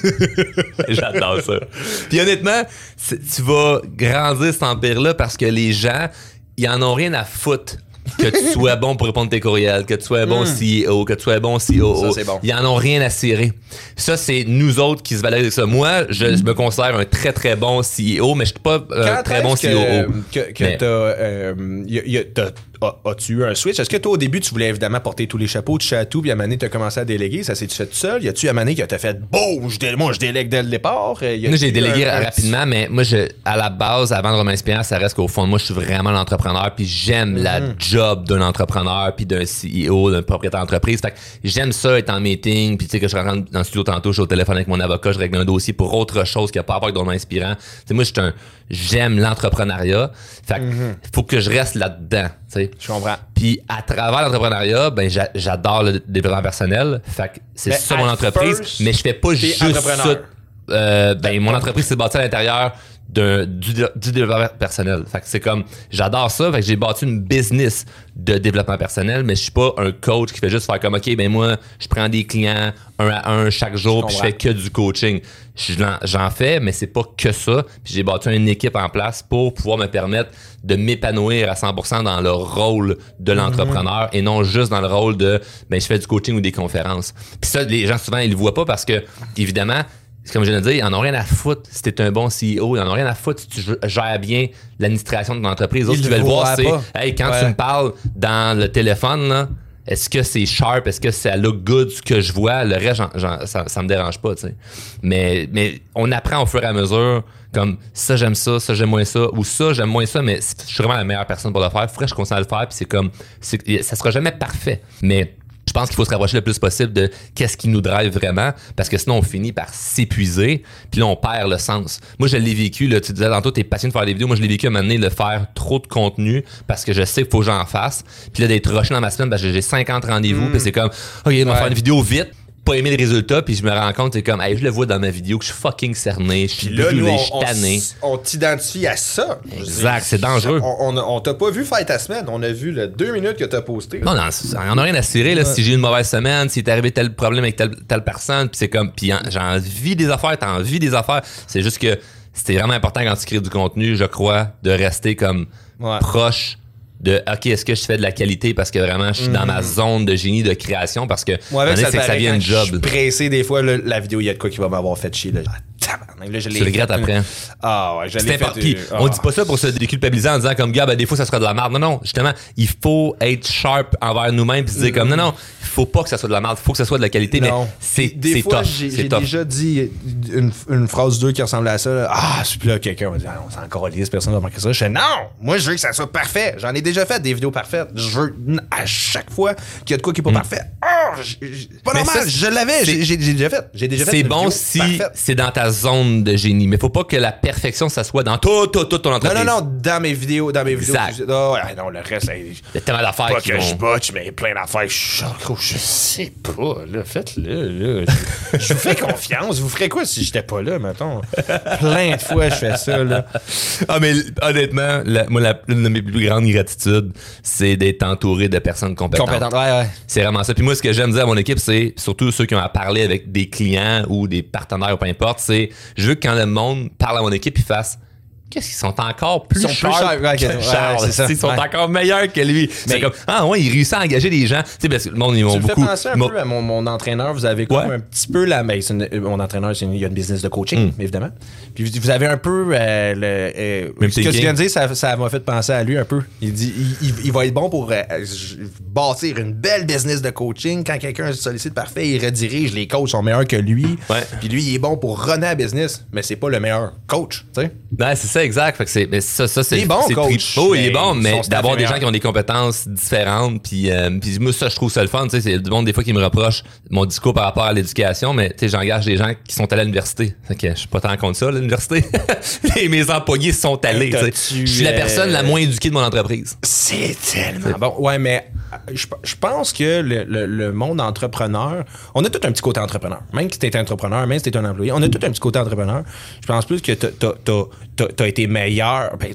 J'adore ça. Puis honnêtement, c'est- tu vas grandir cet empire-là parce que les gens, ils en ont rien à foutre que tu sois bon pour répondre à tes courriels, que tu sois un bon Mm. C E O, que tu sois un bon C O O. Ça, c'est bon. Ils en ont rien à cirer. Ça, c'est nous autres qui se valorisent ça. Moi, je, je me considère un très, très bon C E O, mais je suis pas un Quand très bon est-ce C O O. que, que, que Mais- t'as, euh, y a- y a- t'as- a- as-tu eu un switch? Est-ce que toi, au début, tu voulais évidemment porter tous les chapeaux, toucher à tout, puis à un moment donné, t'as commencé à déléguer? Ça s'est-tu fait tout seul? Y a-tu un moment donné que t'as fait « Bon, je dé- moi, je délègue dès le départ? » Moi, j'ai délégué rapidement, mais moi, je, à la base, avant de Romain Inspirant, ça reste qu'au fond de moi, je suis vraiment l'entrepreneur, puis j'aime la job d'un entrepreneur, puis d'un C E O, d'un propriétaire d'entreprise. Fait que j'aime ça, être en meeting, puis tu sais, que je rentre dans le studio tantôt, je suis au téléphone avec mon avocat, je règle un dossier pour autre chose qui n'a pas à voir avec Romain Inspirant. Tu sais, moi, je suis un, j'aime l'entrepreneuriat. Fait que faut que je reste là-dedans, tu sais. Je comprends. Puis à travers l'entrepreneuriat, ben j'a- j'adore le développement personnel. Fait que c'est Mais ça mon at entreprise, first, mais je fais pas t'es juste entrepreneur. ça. Euh, ben mon entreprise s'est bâtie à l'intérieur d'un du, du développement personnel. Fait que c'est comme j'adore ça, fait que j'ai bâti une business de développement personnel, mais je suis pas un coach qui fait juste faire comme OK, ben moi, je prends des clients un à un chaque jour, puis je fais que du coaching. J'en, j'en fais, mais c'est pas que ça. Puis j'ai bâti une équipe en place pour pouvoir me permettre de m'épanouir à cent pour cent dans le rôle de l'entrepreneur et non juste dans le rôle de ben je fais du coaching ou des conférences. Puis ça, les gens souvent ils le voient pas parce que évidemment, c'est comme je viens de dire, ils en ont rien à foutre si t'es un bon C E O, ils en ont rien à foutre si tu gères bien l'administration de ton entreprise. Eux autres, Ils ce qu'ils le veulent voir, voient c'est pas. hey, quand Ouais. tu me parles dans le téléphone, là, est-ce que c'est sharp? Est-ce que ça look good ce que je vois? Le reste, j'en- j'en- ça, ça me dérange pas, tu sais. Mais, mais on apprend au fur et à mesure, comme ça, j'aime ça, ça, j'aime moins ça, ou ça, j'aime moins ça, mais je suis vraiment la meilleure personne pour le faire. Faudrait que je continue à le faire, puis c'est comme, c'est, ça sera jamais parfait. Mais je pense qu'il faut se rapprocher le plus possible de qu'est-ce qui nous drive vraiment, parce que sinon on finit par s'épuiser, puis là on perd le sens. Moi je l'ai vécu, là, tu disais tantôt t'es passionné de faire des vidéos, moi je l'ai vécu à un moment donné de faire trop de contenu parce que je sais qu'il faut que j'en fasse, puis là d'être rushé dans ma semaine parce que j'ai cinquante rendez-vous, puis c'est comme ok, on va Ouais. faire une vidéo vite, pas aimer le résultat, puis je me rends compte c'est comme hey, je le vois dans ma vidéo que je suis fucking cerné, je suis Puis là, nous, brûlé, je on, suis on, tanné. s- on t'identifie à ça. Exact, c'est dangereux. On, on, on t'a pas vu faire ta semaine. On a vu le deux minutes que t'as posté. Non, non, on a rien à cirer, là. Ouais. Si j'ai eu une mauvaise semaine, s'il est arrivé tel problème avec telle, telle personne, puis c'est comme, puis en- j'ai envie des affaires, t'as envie des affaires. C'est juste que c'était vraiment important quand tu crées du contenu, je crois, de rester comme Ouais. proche de, OK, est-ce que je fais de la qualité parce que vraiment, je suis dans ma zone de génie de création parce que, Moi, avec à un moment donné, ça, c'est que ça paraît, vient quand une je suis job. pressé des fois, là, la vidéo, il y a de quoi qui va m'avoir fait chier. Là. Ah, tabarnak, là, je l'ai Tu le regrettes fait, après. Ah ouais, je C'est l'ai important. fait. Puis, euh, on ah. dit pas ça pour se déculpabiliser en disant comme gars, ben, des fois ça sera de la merde. Non, non, justement, il faut être sharp envers nous-mêmes puis se dire comme non, non, il faut pas que ça soit de la merde, il faut que ça soit de la qualité, mais Non. c'est, Des c'est fois, tough. j'ai, c'est j'ai tough. déjà dit une, une phrase ou deux qui ressemblait à ça. Là. Ah, puis là, quelqu'un va dire, ah, on s'en encore lisse, personne va remarquer ça. Je fais, non, moi, je veux que ça soit parfait. J'en ai déjà fait des vidéos parfaites. Je veux, à chaque fois qu'il y a de quoi qui est pas parfait. Ah, j- j- pas Mais normal, ça, je l'avais. c'est- J'ai, j'ai- j'ai déjà fait. J'ai déjà fait C'est une bon vidéo si parfaite. c'est dans ta zone de génie, mais faut pas que la perfection ça soit dans tout, tout, tout ton Non, entreprise. non, non, dans mes vidéos, dans mes vidéos. Exact. Ah, ouais, non, le reste, hey, Il y a tellement d'affaires pas qui que vont... je botche, mais plein d'affaires. Je, je sais pas, là, faites-le, là. Je, je vous fais confiance. Vous ferez quoi si j'étais pas là, mettons? Plein de fois, je fais ça, là. Ah, mais honnêtement, la- moi, la, une de mes plus grandes gratitudes, c'est d'être entouré de personnes compétentes. Compétente, ouais, ouais. C'est vraiment ça. Puis moi, ce que j'aime dire à mon équipe, c'est surtout ceux qui ont à parler avec des clients ou des partenaires ou peu importe, c'est je veux que quand le monde parle à mon équipe, ils fassent qu'est-ce qu'ils sont encore plus Ils sont plus sharp sharp, ouais, que ouais, Charles. c'est ça. Ils sont Ouais. encore meilleurs que lui. Mais- C'est comme ah ouais, il réussit à engager des gens. Tu sais parce que le monde ils Tu m'ont me fais beaucoup. penser un ils m'ont- peu à mon, mon entraîneur. Vous avez comme Ouais. un petit peu la... Ben, c'est une- mon entraîneur, c'est une- il y a une business de coaching, évidemment. Puis vous- vous avez un peu... euh, le, euh, Même ce que tu thinking. viens de dire, ça, ça m'a fait penser à lui un peu. Il dit il, il- il va être bon pour euh, j- bâtir une belle business de coaching. Quand quelqu'un se sollicite parfait, il redirige. Les coachs sont meilleurs que lui. Ouais. Puis lui, il est bon pour runner la business, mais c'est pas le meilleur coach, tu sais. Ouais, c'est ça, exact. Fait que c'est, mais ça, ça, c'est, Il est bon, c'est coach, tri- Oh, il est mais bon, son mais staff d'avoir est des gens meilleur. qui ont des compétences différentes, puis, euh, puis moi, ça, je trouve ça le fun, tu sais, c'est du monde, des fois, qui me reproche mon discours par rapport à l'éducation, mais, tu sais, j'engage des gens qui sont allés à l'université. Fait que je suis pas tant contre ça, l'université. Les, mes employés sont allés, tu sais. T'as-tu, Je suis la euh, personne la moins éduquée de mon entreprise. C'est tellement bon. Ouais, mais euh, je, je pense que le, le- le monde entrepreneur, on a tout un petit côté entrepreneur. Même si t'es entrepreneur, même si t'es un employé, on a tout un petit côté entrepreneur. Je pense plus que t'as, t'as, t'as, t'as- t'as été meilleur. Ben, tu-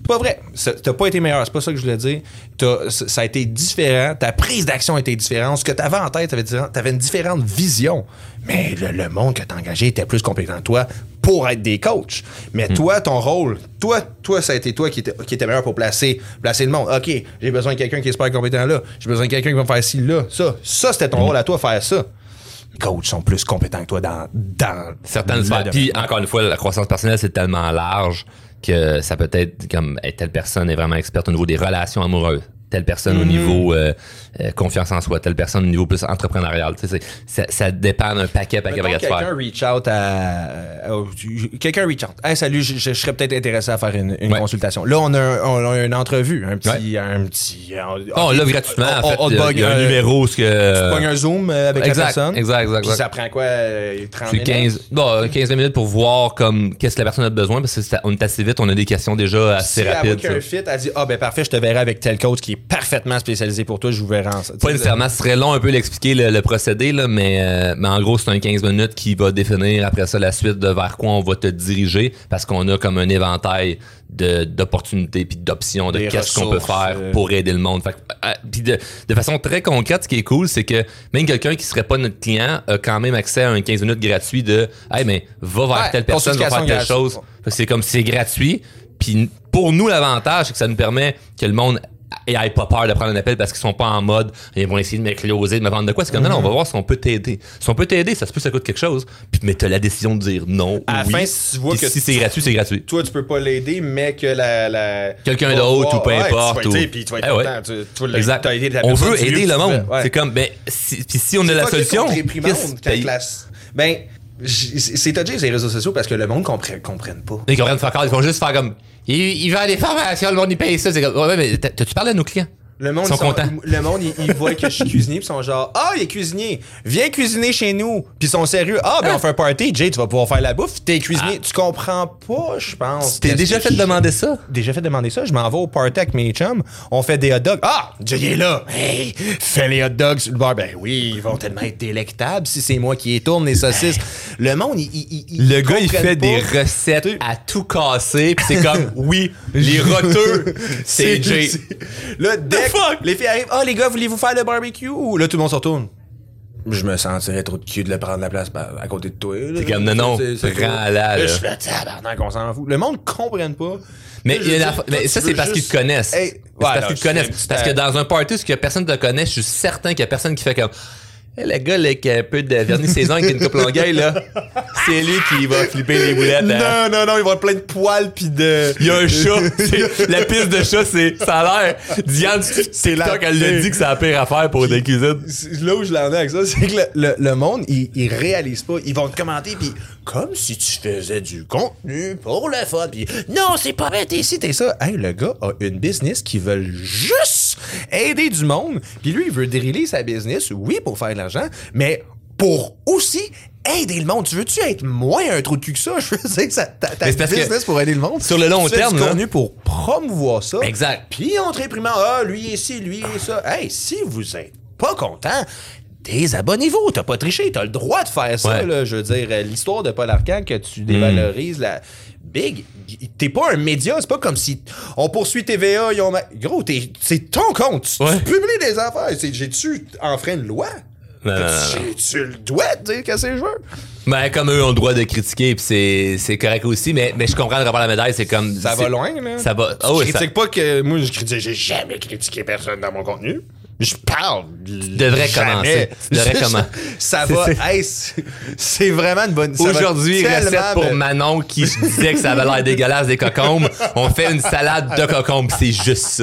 pas vrai. Ça- T'as pas été meilleur, c'est pas ça que je voulais dire. T'as- ça ça a été différent. Ta prise d'action a été différente. Ce que t'avais en tête, t'avais, différent- t'avais une différente vision. Mais le, le monde que t'as engagé était plus compétent que toi pour être des coachs. Mais toi, ton rôle, toi, toi, ça a été toi qui était, qui était meilleur pour placer, placer le monde. OK, j'ai besoin de quelqu'un qui est super compétent là. J'ai besoin de quelqu'un qui va me faire ci, là, ça. Ça, c'était ton rôle à toi, faire ça. Les coachs sont plus compétents que toi dans, dans Certaines le sphères. domaine. Puis encore une fois, la croissance personnelle, c'est tellement large que ça peut être comme hey, telle personne est vraiment experte au niveau des relations amoureuses. Telle personne Mm-hmm. au niveau euh, euh, confiance en soi, telle personne au niveau plus entrepreneurial. Tu sais, c'est- ça, ça dépend d'un paquet, paquet, Mettons paquet de quelqu'un faire. reach out à... à- au- quelqu'un reach out. Hey, salut, je, je serais peut-être intéressé à faire une, une Ouais. consultation. Là, on a, un- on a une entrevue. Un petit... Un petit Oh, on l'a gratuitement, en on- fait. on Il y a- bug il y a un un- numéro, ce Tu que... pognes un Zoom euh, avec Exact, la personne. exact, exact, Puis exact. ça prend quoi? euh, trente C'est minutes? quinze, bon, quinze minutes pour voir comme qu'est-ce que la personne a besoin parce que c'est- on est assez vite, on a des questions déjà assez Si elle voit rapides. qu'il y a un ça. fit, elle dit « Ah, ben parfait, je te verrai avec tel coach qui est parfaitement spécialisé pour toi, je vous verrai en ça. » Pas nécessairement, ce serait long un peu l'expliquer le, le procédé, là, mais, euh, mais en gros, c'est un quinze minutes qui va définir après ça la suite de vers quoi on va te diriger parce qu'on a comme un éventail de, d'opportunités puis d'options de Des qu'est-ce qu'on peut ressources, faire euh. pour aider le monde. Fait que, euh, puis de, de façon très concrète, ce qui est cool, c'est que même quelqu'un qui serait pas notre client a quand même accès à un quinze minutes gratuit de « Hey, mais va vers Ouais, telle personne, va faire telle consultation chose. gratuite. » Fait que c'est comme c'est gratuit. Puis pour nous, l'avantage, c'est que ça nous permet que le monde et aient pas peur de prendre un appel parce qu'ils sont pas en mode ils vont essayer de me closer, de me vendre de quoi. C'est comme non, non, on va voir si on peut t'aider. Si on peut t'aider, ça se peut que ça coûte quelque chose. Puis mais t'as la décision de dire non À la ou oui. fin, si tu vois Puis que si c'est gratuit, c'est gratuit. toi, tu peux pas l'aider, mais que la... la... Quelqu'un tu vas d'autre voir- ou peu ouais, importe, Tu vas ou- aider, puis tu vas être Eh ouais. content. Tu, tu vas Exact. t'as aidé la On personne veut du mieux aider que le tu monde. pouvais. Ouais. C'est comme ben si, puis si on a la Fucké solution, contre réprimande qu'est-ce- quand ben, classe. Ben, j- c'est touché les réseaux sociaux parce que le monde comprenne, comprenne pas. ils comprennent faire ils vont juste faire comme il, il vend des formations, le monde il paye ça. C'est comme ouais, mais t'as- t'as-tu parlé à nos clients? Le monde, Ils sont ils sont- contents. le monde, ils, ils voient que je suis cuisinier, puis ils sont genre, ah, il est cuisinier, viens cuisiner chez nous. Puis ils sont sérieux, ah, ben on fait un party, Jay, tu vas pouvoir faire la bouffe, t'es cuisinier. Tu comprends pas, je pense. T'es qu'est-ce déjà que fait je- demander ça? Déjà fait demander ça, je m'en vais au party avec mes chums, on fait des hot dogs. Ah, Jay est là, hey, fais les hot dogs sur le bar. Ben oui, ils vont tellement être délectables si c'est moi qui les tourne, les saucisses. Le monde, il, il, il- Le ils gars, il comprennent fait pas. des recettes à tout casser, pis c'est comme, oui, les roteux, c'est Jay. c'est- Là, dès The fuck? que les filles arrivent, ah, les gars, voulez-vous faire le barbecue? Là, tout le monde se retourne. Je me sentirais trop de cul de le prendre la place à côté de toi. là. C'est comme, non, non, C'est- c'est- prends-la, Là, là. je fais tabarnak, qu'on s'en fout. Le monde comprenne pas. Mais, Là, il y a je la- veux dire, mais toi, ça, tu c'est veux parce qu'ils juste- te connaissent. Hey, c'est ouais, parce non, qu'ils te c'est un connaissent. petit Parce que temps. dans un party, ce que personne te connaît, je suis certain qu'il y a personne qui fait comme. Eh, le gars, là, qui a un peu de vernis saison avec une coupe longueuil, là, c'est lui qui va flipper les boulettes. hein. Non, non, non, il va avoir plein de poils pis de. Il y a un chat. c'est- La piste de chat, c'est, ça a l'air. Diane, c'est la là qu'elle l'a pire. dit que c'est la pire affaire pour des cuisines. C'est- Là où je l'en ai avec ça, c'est que le, le- le monde, il, il réalise pas. Ils vont te commenter, puis comme si tu faisais du contenu pour le fun. Puis non, c'est pas vrai, t'es ici, t'es ça. Hey, le gars a une business qui veut juste aider du monde. Puis lui, il veut driller sa business, oui, pour faire de l'argent, mais pour aussi aider le monde. Tu veux-tu être moins un trou de cul que ça? Je veux dire, ça, ta, ta Mais c'est parce que business pour aider le monde. sur le long tu fais terme, du là- contenu pour promouvoir ça. Exact. Puis on te réprimant, ah, lui est ci, lui est ça. Hey, si vous êtes pas content, désabonnez-vous. T'as pas triché, t'as le droit de faire ça, Ouais. là. Je veux dire, euh, l'histoire de Paul Arcand que tu dévalorises la. Big, t'es pas un média, c'est pas comme si on poursuit T V A, ils ont. ma- Gros, t'es- c'est ton compte. Tu, Ouais. tu publies des affaires. C'est- J'ai-tu enfreint une loi? Non, non, non, non. J'ai-tu le droit de dire qu'est-ce que je veux? Ben, comme eux ont le droit de critiquer, puis c'est, c'est correct aussi, mais, mais je comprends le rapport à la médaille, c'est comme. Ça c'est- va loin, là. Ça va. Je Oh, critique ça pas que. Moi, je critique. J'ai jamais critiqué personne dans mon contenu. Je parle. Tu devrais commencer. Tu devrais comment- Ça C'est- va. c'est- Hey, c'est c'est vraiment une bonne. ça va Aujourd'hui, tellement recette pour me- Manon qui disait que ça avait l'air dégueulasse des cocombes. On fait une salade de cocombes. C'est juste ça.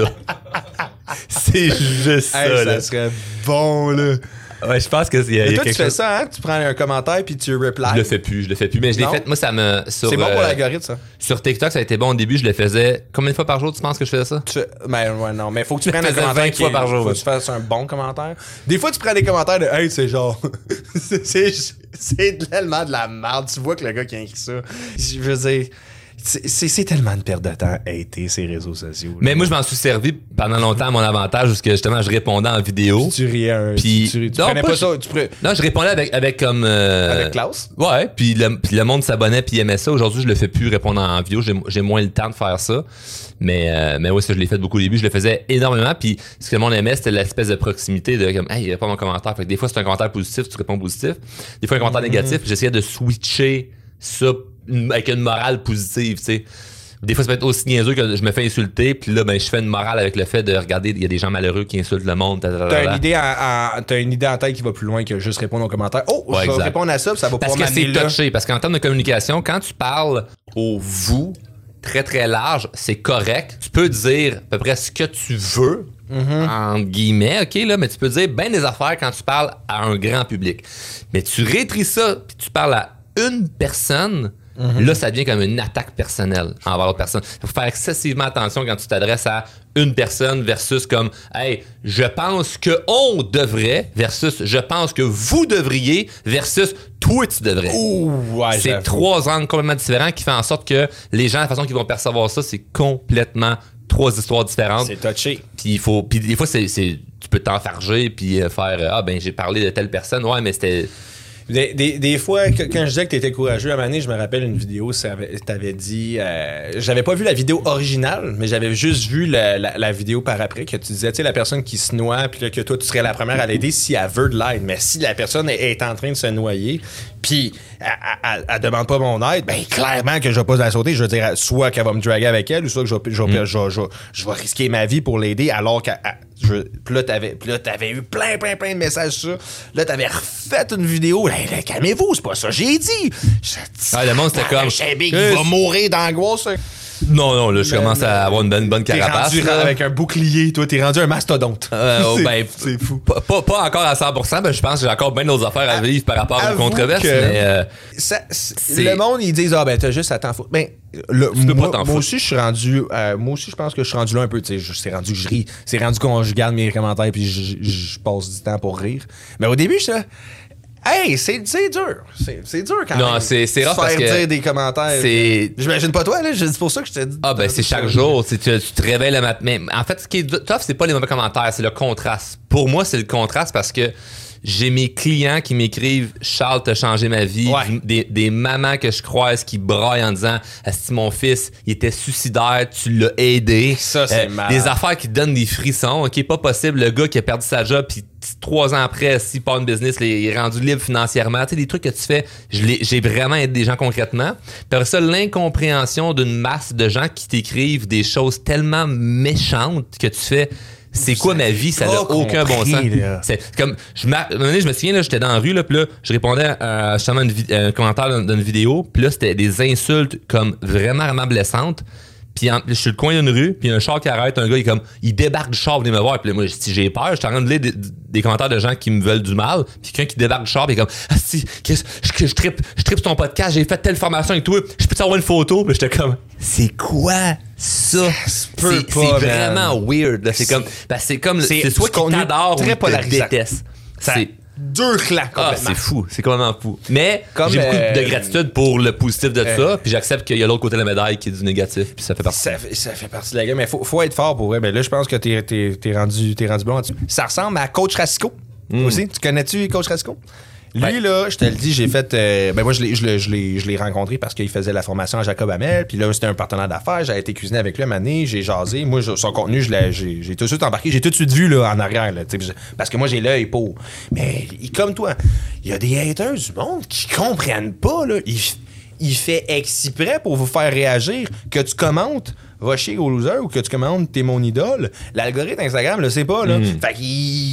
C'est juste ça, Hey, là. ça serait bon, là. Ouais, je pense que il y a, il y Et a toi, tu quelque fais chose. ça, hein? Tu prends un commentaire puis tu replies. Je le fais plus, je le fais plus. Mais je l'ai Non? fait, moi, ça me. Sur, C'est bon pour euh, l'algorithme, ça. Sur TikTok, ça a été bon au début. Je le faisais. Combien de fois par jour tu penses que je faisais ça? Tu fais- Mais ouais, non, mais faut que tu Je prennes un faisais commentaire vingt qui fois est- par jour, Faut ouais. que tu fasses un bon commentaire. Des fois, tu prends des commentaires de hey, c'est genre. c'est, c'est, c'est tellement de la merde. Tu vois que le gars qui a écrit ça. Je veux dire. C'est, c'est, c'est tellement une perte de temps, hater ces réseaux sociaux. Là. Mais moi, je m'en suis servi pendant longtemps à mon avantage, parce que justement, je répondais en vidéo. Puis tu riais un... Puis, tu, tu, tu non, prenais pas, pas je, ça... Tu pre... Non, je répondais avec, avec comme... Euh, avec Klaus? Ouais, puis le, puis le monde s'abonnait puis aimait ça. Aujourd'hui, je le fais plus répondre en vidéo. J'ai, j'ai moins le temps de faire ça. Mais, euh, mais ouais, ça, je l'ai fait beaucoup au début. Je le faisais énormément. Puis ce que le monde aimait, c'était l'espèce de proximité de comme, hey, il répond à mon commentaire. Fait que des fois, c'est un commentaire positif, tu réponds positif. Des fois, un commentaire mm-hmm. négatif. J'essayais de switcher ça avec une morale positive, tu sais. Des fois, ça peut être aussi niaiseux que je me fais insulter, puis là, ben, je fais une morale avec le fait de regarder, il y a des gens malheureux qui insultent le monde. T'as une idée en, en, t'as une idée en tête qui va plus loin que juste répondre aux commentaires. Oh, ouais, je vais répondre à ça, puis ça va parce pouvoir m'amener là. Parce que c'est touché, parce qu'en termes de communication, quand tu parles au vous, très très large, c'est correct. Tu peux dire à peu près ce que tu veux, mm-hmm. entre guillemets, ok, là, mais tu peux dire bien des affaires quand tu parles à un grand public. Mais tu rétris ça, puis tu parles à une personne. Mm-hmm. Là, ça devient comme une attaque personnelle envers l'autre personne. Il faut faire excessivement attention quand tu t'adresses à une personne versus comme « Hey, je pense que on devrait » versus « Je pense que vous devriez » versus « Toi, tu devrais ». Ouh, ouais, c'est trois angles complètement différents qui font en sorte que les gens, la façon qu'ils vont percevoir ça, c'est complètement trois histoires différentes. C'est touché. Puis il faut, puis des fois, c'est, c'est, tu peux t'enfarger puis faire « Ah, ben j'ai parlé de telle personne. » Ouais, mais c'était... Des, des, des fois, que, quand je disais que t'étais courageux, à un moment donné, je me rappelle une vidéo, ça avait, t'avais dit... Euh, j'avais pas vu la vidéo originale, mais j'avais juste vu la, la, la vidéo par après, que tu disais, tu sais, la personne qui se noie, puis que toi, tu serais la première à l'aider si elle veut de l'aide. Mais si la personne est, est en train de se noyer, puis elle, elle, elle demande pas mon aide, ben clairement que je vais pas la sauter. Je veux dire, soit qu'elle va me draguer avec elle, ou soit que je vais, je vais, mm. je, je, je vais risquer ma vie pour l'aider, alors qu'elle... Je, puis là, t'avais, puis là, t'avais eu plein, plein, plein de messages sur ça. Là, t'avais refait une vidéo. Là, là, calmez-vous, c'est pas ça, j'ai dit. Je, ah, le monde, c'était comme. Il va mourir d'angoisse. Non, non, là, je mais, commence à avoir une bonne, bonne carapace. T'es rendu là. Avec un bouclier, toi, t'es rendu un mastodonte. Euh, c'est, ben, c'est fou. Pas, pas, pas encore à cent pour cent, mais je pense que j'ai encore bien d'autres affaires à vivre par rapport aux controverses. Mais, euh, ça, le monde, ils disent, ah, ben, t'as juste à t'en foutre. Ben, le, tu peux moi, pas t'en moi aussi, je suis rendu. Euh, moi aussi, je pense que je suis rendu là un peu. Tu sais, c'est rendu que je ris. C'est rendu qu'on je garde mes commentaires puis je, je passe du temps pour rire. Mais au début, je hey, c'est, c'est dur. C'est, c'est dur quand non, même. Non, c'est, c'est rare parce que. dire des commentaires. C'est... J'imagine pas toi, là. C'est pour ça que je t'ai dit. Ah, ben, c'est chaque jour. Tu, tu te réveilles le matin. Mais en fait, ce qui est tough, c'est pas les mauvais commentaires, c'est le contraste. Pour moi, c'est le contraste parce que j'ai mes clients qui m'écrivent « Charles, t'as changé ma vie ouais. ». Des, des mamans que je croise qui braillent en disant « Si mon fils, il était suicidaire, tu l'as aidé ». Ça, c'est euh, mal. Des affaires qui te donnent des frissons. OK, pas possible, le gars qui a perdu sa job, puis trois ans après, s'il part une business, il est rendu libre financièrement. Tu sais, des trucs que tu fais, je l'ai, j'ai vraiment aidé des gens concrètement. Puis après ça, l'incompréhension d'une masse de gens qui t'écrivent des choses tellement méchantes que tu fais... C'est quoi ma vie? Ça n'a aucun bon sens. Là. C'est comme, je, à un moment donné, je me souviens, là, j'étais dans la rue, là, puis là, je répondais à justement une, un commentaire d'une vidéo, puis là, c'était des insultes comme vraiment, vraiment blessantes. Puis je suis le coin d'une rue, puis un char qui arrête, un gars, il comme, il débarque du char, venez me voir. Puis là, moi, si j'ai peur, je suis en train de lire des, des commentaires de gens qui me veulent du mal. Puis quelqu'un qui débarque du char, puis il est comme, ah si, je, je, je trippe, je trippe sur ton podcast, j'ai fait telle formation avec toi, je peux t'envoyer une photo? Puis j'étais comme, c'est quoi ça? C'est, pas, c'est vraiment weird. Là. C'est, c'est comme, ben, c'est comme, c'est, c'est soit qu'il t'adore ou qu'il te déteste. C'est deux clans complètement. Ah, c'est fou, c'est complètement fou. Mais comme j'ai euh, beaucoup de gratitude pour le positif de euh, ça, puis j'accepte qu'il y a l'autre côté de la médaille qui est du négatif, puis ça fait partie. Ça fait, ça fait partie de la game, mais faut, faut être fort pour vrai. Ben là, je pense que t'es, t'es, t'es rendu, t'es rendu bon là-dessus. Ça ressemble à Coach Racicot mm. aussi. Tu connais-tu Coach Racicot? Lui, ouais. là, je te le dis, j'ai fait... Euh, ben moi, je l'ai, je, l'ai, je, l'ai, je l'ai rencontré parce qu'il faisait la formation à Jacob Hamel. Puis là, c'était un partenaire d'affaires. J'ai été cuisiné avec lui à Mané. J'ai jasé. Moi, je, son contenu, je l'ai, j'ai, j'ai tout de suite embarqué. J'ai tout de suite vu là, en arrière. Là, parce que moi, j'ai l'œil pour... Mais comme toi, il y a des haters du monde qui comprennent pas. Là. Il, il fait exprès pour vous faire réagir que tu commentes va chier au loser ou que tu commandes t'es mon idole. L'algorithme Instagram le sait pas, là. Mm. Fait qu'il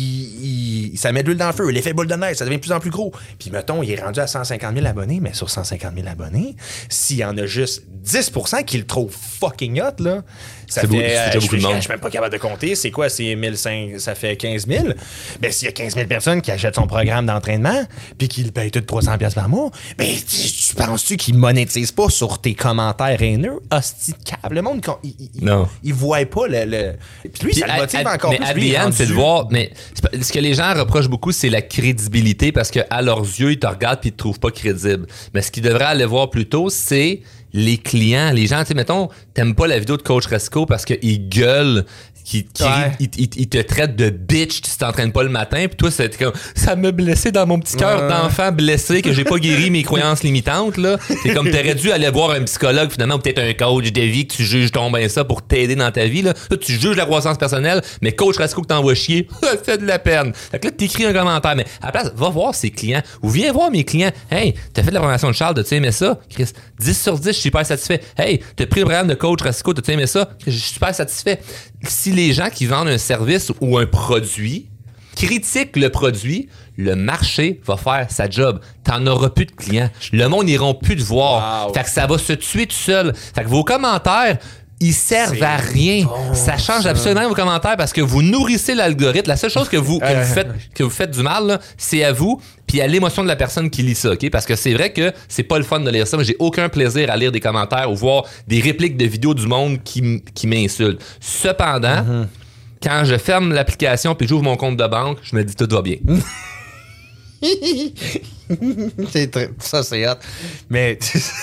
il, ça met de l'huile dans le feu. L'effet boule de neige, ça devient de plus en plus gros. Puis mettons, il est rendu à cent cinquante mille abonnés, mais sur cent cinquante mille abonnés, s'il y en a juste dix pour cent qui le trouvent fucking hot, là, ça c'est fait... Beau, euh, je, beaucoup je, de monde. je suis même pas capable de compter. C'est quoi? C'est mille cinq cents, ça fait quinze mille. Ben, s'il y a quinze mille personnes qui achètent son programme d'entraînement puis qui le payent tout trois cents dollars par mois, ben, tu, tu penses-tu qu'ils monétisent pas sur tes commentaires haineux? Hostie de câble. Le monde, il, il, non. il voit pas le... le... Puis lui, puis ça le motive à, encore mais plus. Mais Adrienne, c'est de voir... Mais ce que les gens reprochent beaucoup, c'est la crédibilité parce qu'à leurs yeux, ils te regardent puis ils te trouvent pas crédible. Mais ce qu'ils devraient aller voir plutôt, c'est... les clients, les gens, tu sais, mettons, t'aimes pas la vidéo de Coach Resco parce qu'il gueule, qu'il qui, ouais. il, il, il te traite de bitch, tu t'entraînes pas le matin, puis toi, c'est comme, ça m'a blessé dans mon petit cœur ouais. d'enfant blessé, que j'ai pas guéri mes croyances limitantes, là. C'est comme, t'aurais dû aller voir un psychologue, finalement, ou peut-être un coach de vie, que tu juges ton bien ça pour t'aider dans ta vie, là. Là, tu juges la croissance personnelle, mais Coach Resco que t'envoies chier, ça fait de la peine. Fait que là, t'écris un commentaire, mais à la place, va voir ses clients, ou viens voir mes clients. Hey, t'as fait de la formation de Charles, t'as-tu aimé ça? Chris, dix sur dix, je suis super satisfait. Hey, t'as pris le programme de Coach Resco, t'as-tu aimé ça? Je suis super satisfait. Si les gens qui vendent un service ou un produit critiquent le produit, le marché va faire sa job. T'en auras plus de clients. Le monde n'ira plus te voir. Wow. Fait que ça va se tuer tout seul. Fait que vos commentaires, ils servent c'est à rien. Bon, ça change ça. absolument vos commentaires parce que vous nourrissez l'algorithme. La seule chose que vous, que vous, faites, que vous faites du mal, là, c'est à vous puis à l'émotion de la personne qui lit ça. Okay? Parce que c'est vrai que c'est pas le fun de lire ça. Mais j'ai aucun plaisir à lire des commentaires ou voir des répliques de vidéos du monde qui, qui m'insultent. Cependant, mm-hmm. quand je ferme l'application puis j'ouvre mon compte de banque, je me dis tout va bien. c'est très... Ça, c'est hot. Mais...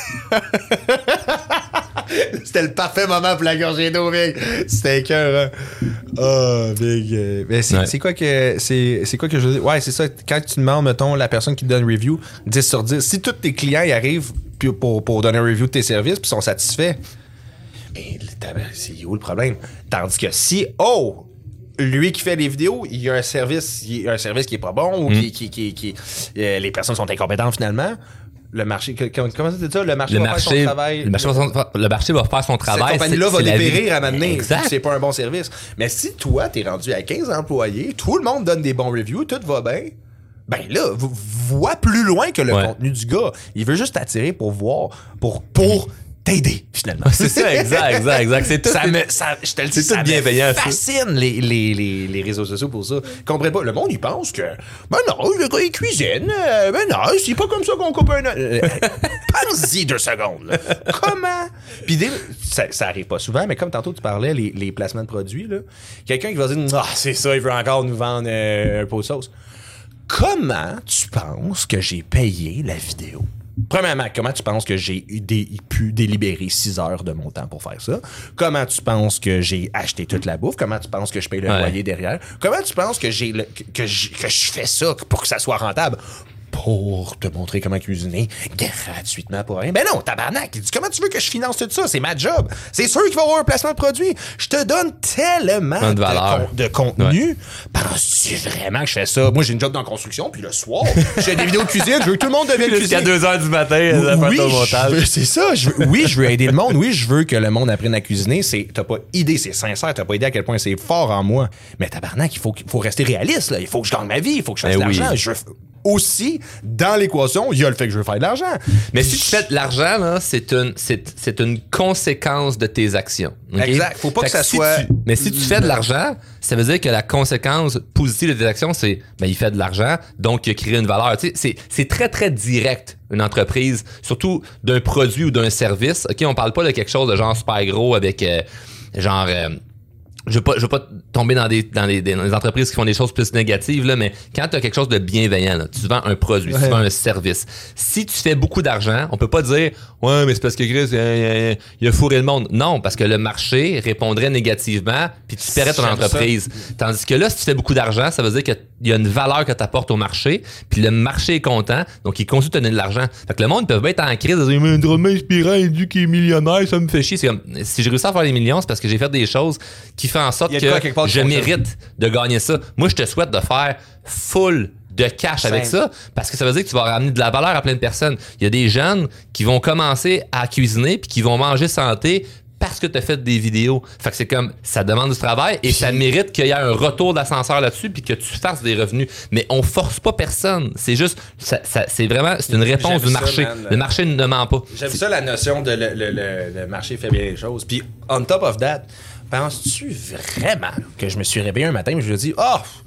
C'était le parfait moment pour la gorgée d'eau, Big. C'était écœurant. Oh, Big. Mais c'est, ouais. c'est quoi que c'est, c'est quoi que je veux dire? Ouais, c'est ça. Quand tu demandes, mettons, la personne qui te donne review, dix sur dix, si tous tes clients y arrivent pour, pour donner un review de tes services puis sont satisfaits, mais c'est où le problème? Tandis que si, oh, lui qui fait les vidéos, il y a un service, il y a un service qui est pas bon ou mm. qui, qui, qui, qui euh, les personnes sont incompétentes finalement. Le marché, comment c'est ça? Le marché le va marché, faire son travail. Le marché, va, son, le marché va faire son travail. Cette compagnie-là c'est, va c'est dépérir à m'amener. Exact. C'est pas un bon service. Mais si toi, t'es rendu à quinze employés, tout le monde donne des bons reviews, tout va bien, ben là, vois plus loin que le ouais. contenu du gars. Il veut juste t'attirer pour voir, pour, pour t'aider, finalement. C'est ça, exact, exact, exact. C'est tout, ça me, ça, je te le dis, ça me fascine les, les, les, les réseaux sociaux pour ça. Comprenez pas. Le monde, il pense que, ben non, le gars, il cuisine. Euh, ben non, c'est pas comme ça qu'on coupe un... Euh, pense-y deux secondes. Là. Comment? Puis ça, ça arrive pas souvent, mais comme tantôt tu parlais, les, les placements de produits, là, quelqu'un qui va dire, ah, c'est ça, il veut encore nous vendre euh, un pot de sauce. Comment tu penses que j'ai payé la vidéo? Premièrement, comment tu penses que j'ai dé- pu délibérer six heures de mon temps pour faire ça? Comment tu penses que j'ai acheté toute la bouffe? Comment tu penses que je paye le ouais. loyer derrière? Comment tu penses que j'ai le, que, que, je, que je fais ça pour que ça soit rentable? Pour te montrer comment cuisiner gratuitement pour rien. Ben non, tabarnak, il dit comment tu veux que je finance tout ça? C'est ma job. C'est sûr qu'il va y avoir un placement de produit. Je te donne tellement de, de, con- de contenu. Ouais. Penses-tu vraiment que je fais ça? Moi, j'ai une job dans la construction, puis le soir, je fais des vidéos de cuisine, je veux que tout le monde devienne cuisinier. Jusqu'à deux heures du matin, oui, oui montage. Veux, c'est ça. Je veux, oui, je veux aider le monde. Oui, je veux que le monde apprenne à cuisiner. C'est, t'as pas idée, c'est sincère. T'as pas idée à quel point c'est fort en moi. Mais tabarnak, il faut, il faut rester réaliste. Là. Il faut que je gagne ma vie. Il faut que je fasse ben de l'argent. Oui. Je veux, aussi, dans l'équation, il y a le fait que je veux faire de l'argent. Mais si tu fais de l'argent, là, c'est une, c'est, c'est une conséquence de tes actions. Okay? Exact. Faut pas fait que ça si soit... Tu, mais si tu fais de l'argent, ça veut dire que la conséquence positive de tes actions, c'est, ben, il fait de l'argent, donc il a créé une valeur. Tu sais, c'est, c'est très, très direct, une entreprise, surtout d'un produit ou d'un service. OK, on parle pas de quelque chose de genre super gros avec, euh, genre... Euh, Je veux pas, je veux pas tomber dans des, dans les, dans les entreprises qui font des choses plus négatives, là, mais quand tu as quelque chose de bienveillant, là, tu vends un produit, ouais. tu vends un service. Si tu fais beaucoup d'argent, on peut pas dire, ouais, mais c'est parce que Chris, il, il a fourré le monde. Non, parce que le marché répondrait négativement, puis tu paierais ton J'aime entreprise. Ça. Tandis que là, si tu fais beaucoup d'argent, ça veut dire qu'il y a une valeur que tu apportes au marché, puis le marché est content, donc il continue de te donner de l'argent. Fait que le monde peut être en crise, de dire, mais un drôlement inspirant, il dit qu'il est millionnaire, ça me fait chier. C'est comme, si j'ai réussi à faire des millions, c'est parce que j'ai fait des choses qui fait en sorte que je mérite de gagner ça. Moi, je te souhaite de faire full de cash avec ça parce que ça veut dire que tu vas ramener de la valeur à plein de personnes. Il y a des jeunes qui vont commencer à cuisiner puis qui vont manger santé parce que tu as fait des vidéos. Fait que c'est comme, ça demande du travail et puis, ça mérite qu'il y ait un retour d'ascenseur là-dessus puis que tu fasses des revenus. Mais on force pas personne. C'est juste, ça, ça, c'est vraiment, c'est une réponse J'aime du marché. Ça, le marché ne ment pas. J'aime c'est... ça, la notion de le, le, le, le marché fait bien les choses. Puis, on top of that, penses-tu vraiment que je me suis réveillé un matin et je me dis, oh,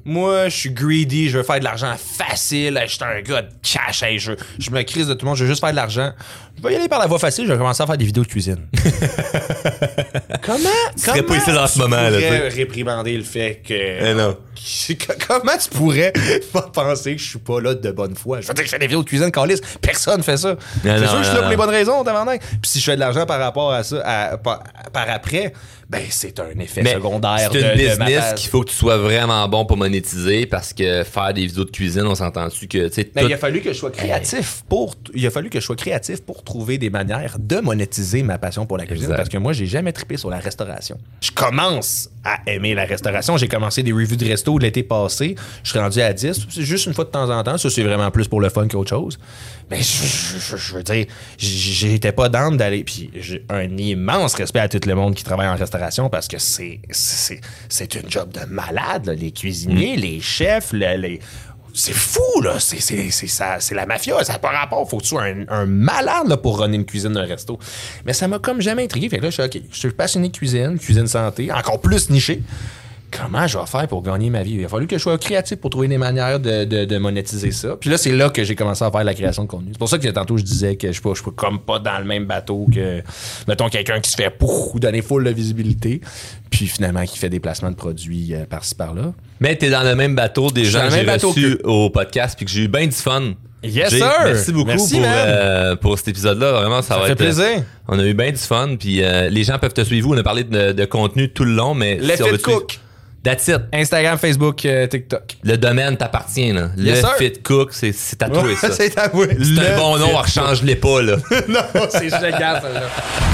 Moi, je suis greedy, je veux faire de l'argent facile. Hey, je suis un gars de cash. Hey, je, je me crise de tout le monde, je veux juste faire de l'argent. Je vais y aller par la voie facile, je vais commencer à faire des vidéos de cuisine. Comment? Tu serais pas ici dans ce moment, là. Tu pourrais réprimander le fait que. Eh non. Comment tu pourrais pas penser que je suis pas là de bonne foi? Je veux dire que je fais des vidéos de cuisine, câlisse. Personne fait ça. C'est sûr que je suis là pour les bonnes raisons, tabarnak. Puis si je fais de l'argent par rapport à ça, à, par, par après, ben c'est un effet Mais secondaire. C'est de, un de business ma qu'il faut que tu sois vraiment bon pour monétiser parce que faire des vidéos de cuisine, on s'entend-tu que, tu sais, Mais tout... il a fallu que je sois créatif pour il a fallu que je sois créatif pour trouver des manières de monétiser ma passion pour la cuisine Exact. parce que moi j'ai jamais trippé sur la restauration. Je commence à aimer la restauration, j'ai commencé des reviews de resto l'été passé, je suis rendu à dix, c'est juste une fois de temps en temps, ça c'est vraiment plus pour le fun qu'autre chose. Mais je, je, je, je veux dire, j'étais pas down d'aller puis j'ai un immense respect à tout le monde qui travaille en restauration parce que c'est c'est c'est une job de malade là, les cuisiniers, mm. les chefs, le, les c'est fou, là. C'est, c'est, c'est, ça, c'est la mafia. Ça n'a pas rapport. Faut que tu sois un, un malade là, pour runner une cuisine d'un resto. Mais ça m'a comme jamais intrigué. Fait que là, je suis OK. Je suis passionné de cuisine, cuisine santé, encore plus niché. Comment je vais faire pour gagner ma vie? Il a fallu que je sois créatif pour trouver des manières de, de, de monétiser ça. Puis là, c'est là que j'ai commencé à faire de la création de contenu. C'est pour ça que tantôt, je disais que je suis pas, je suis pas comme pas dans le même bateau que, mettons, quelqu'un qui se fait pouf, donner full de visibilité, puis finalement qui fait des placements de produits euh, par-ci, par-là. Mais t'es dans le même bateau des gens que j'ai reçus que... au podcast puis que j'ai eu bien du fun. Yes, Jay, sir! Merci beaucoup merci, pour, euh, pour cet épisode-là. Vraiment, ça, ça va fait être... plaisir. On a eu bien du fun. Puis euh, les gens peuvent te suivre. On a parlé de, de contenu tout le long, mais... Le si Fit on veut Cook. Suivre, that's it. Instagram, Facebook, euh, TikTok. Le domaine t'appartient, là. Le Yes, Fit Cook, c'est, c'est tatoué, Ouais, ça. c'est tatoué. C'est un bon nom, rechange-les pas, là. Non, c'est génial, ça.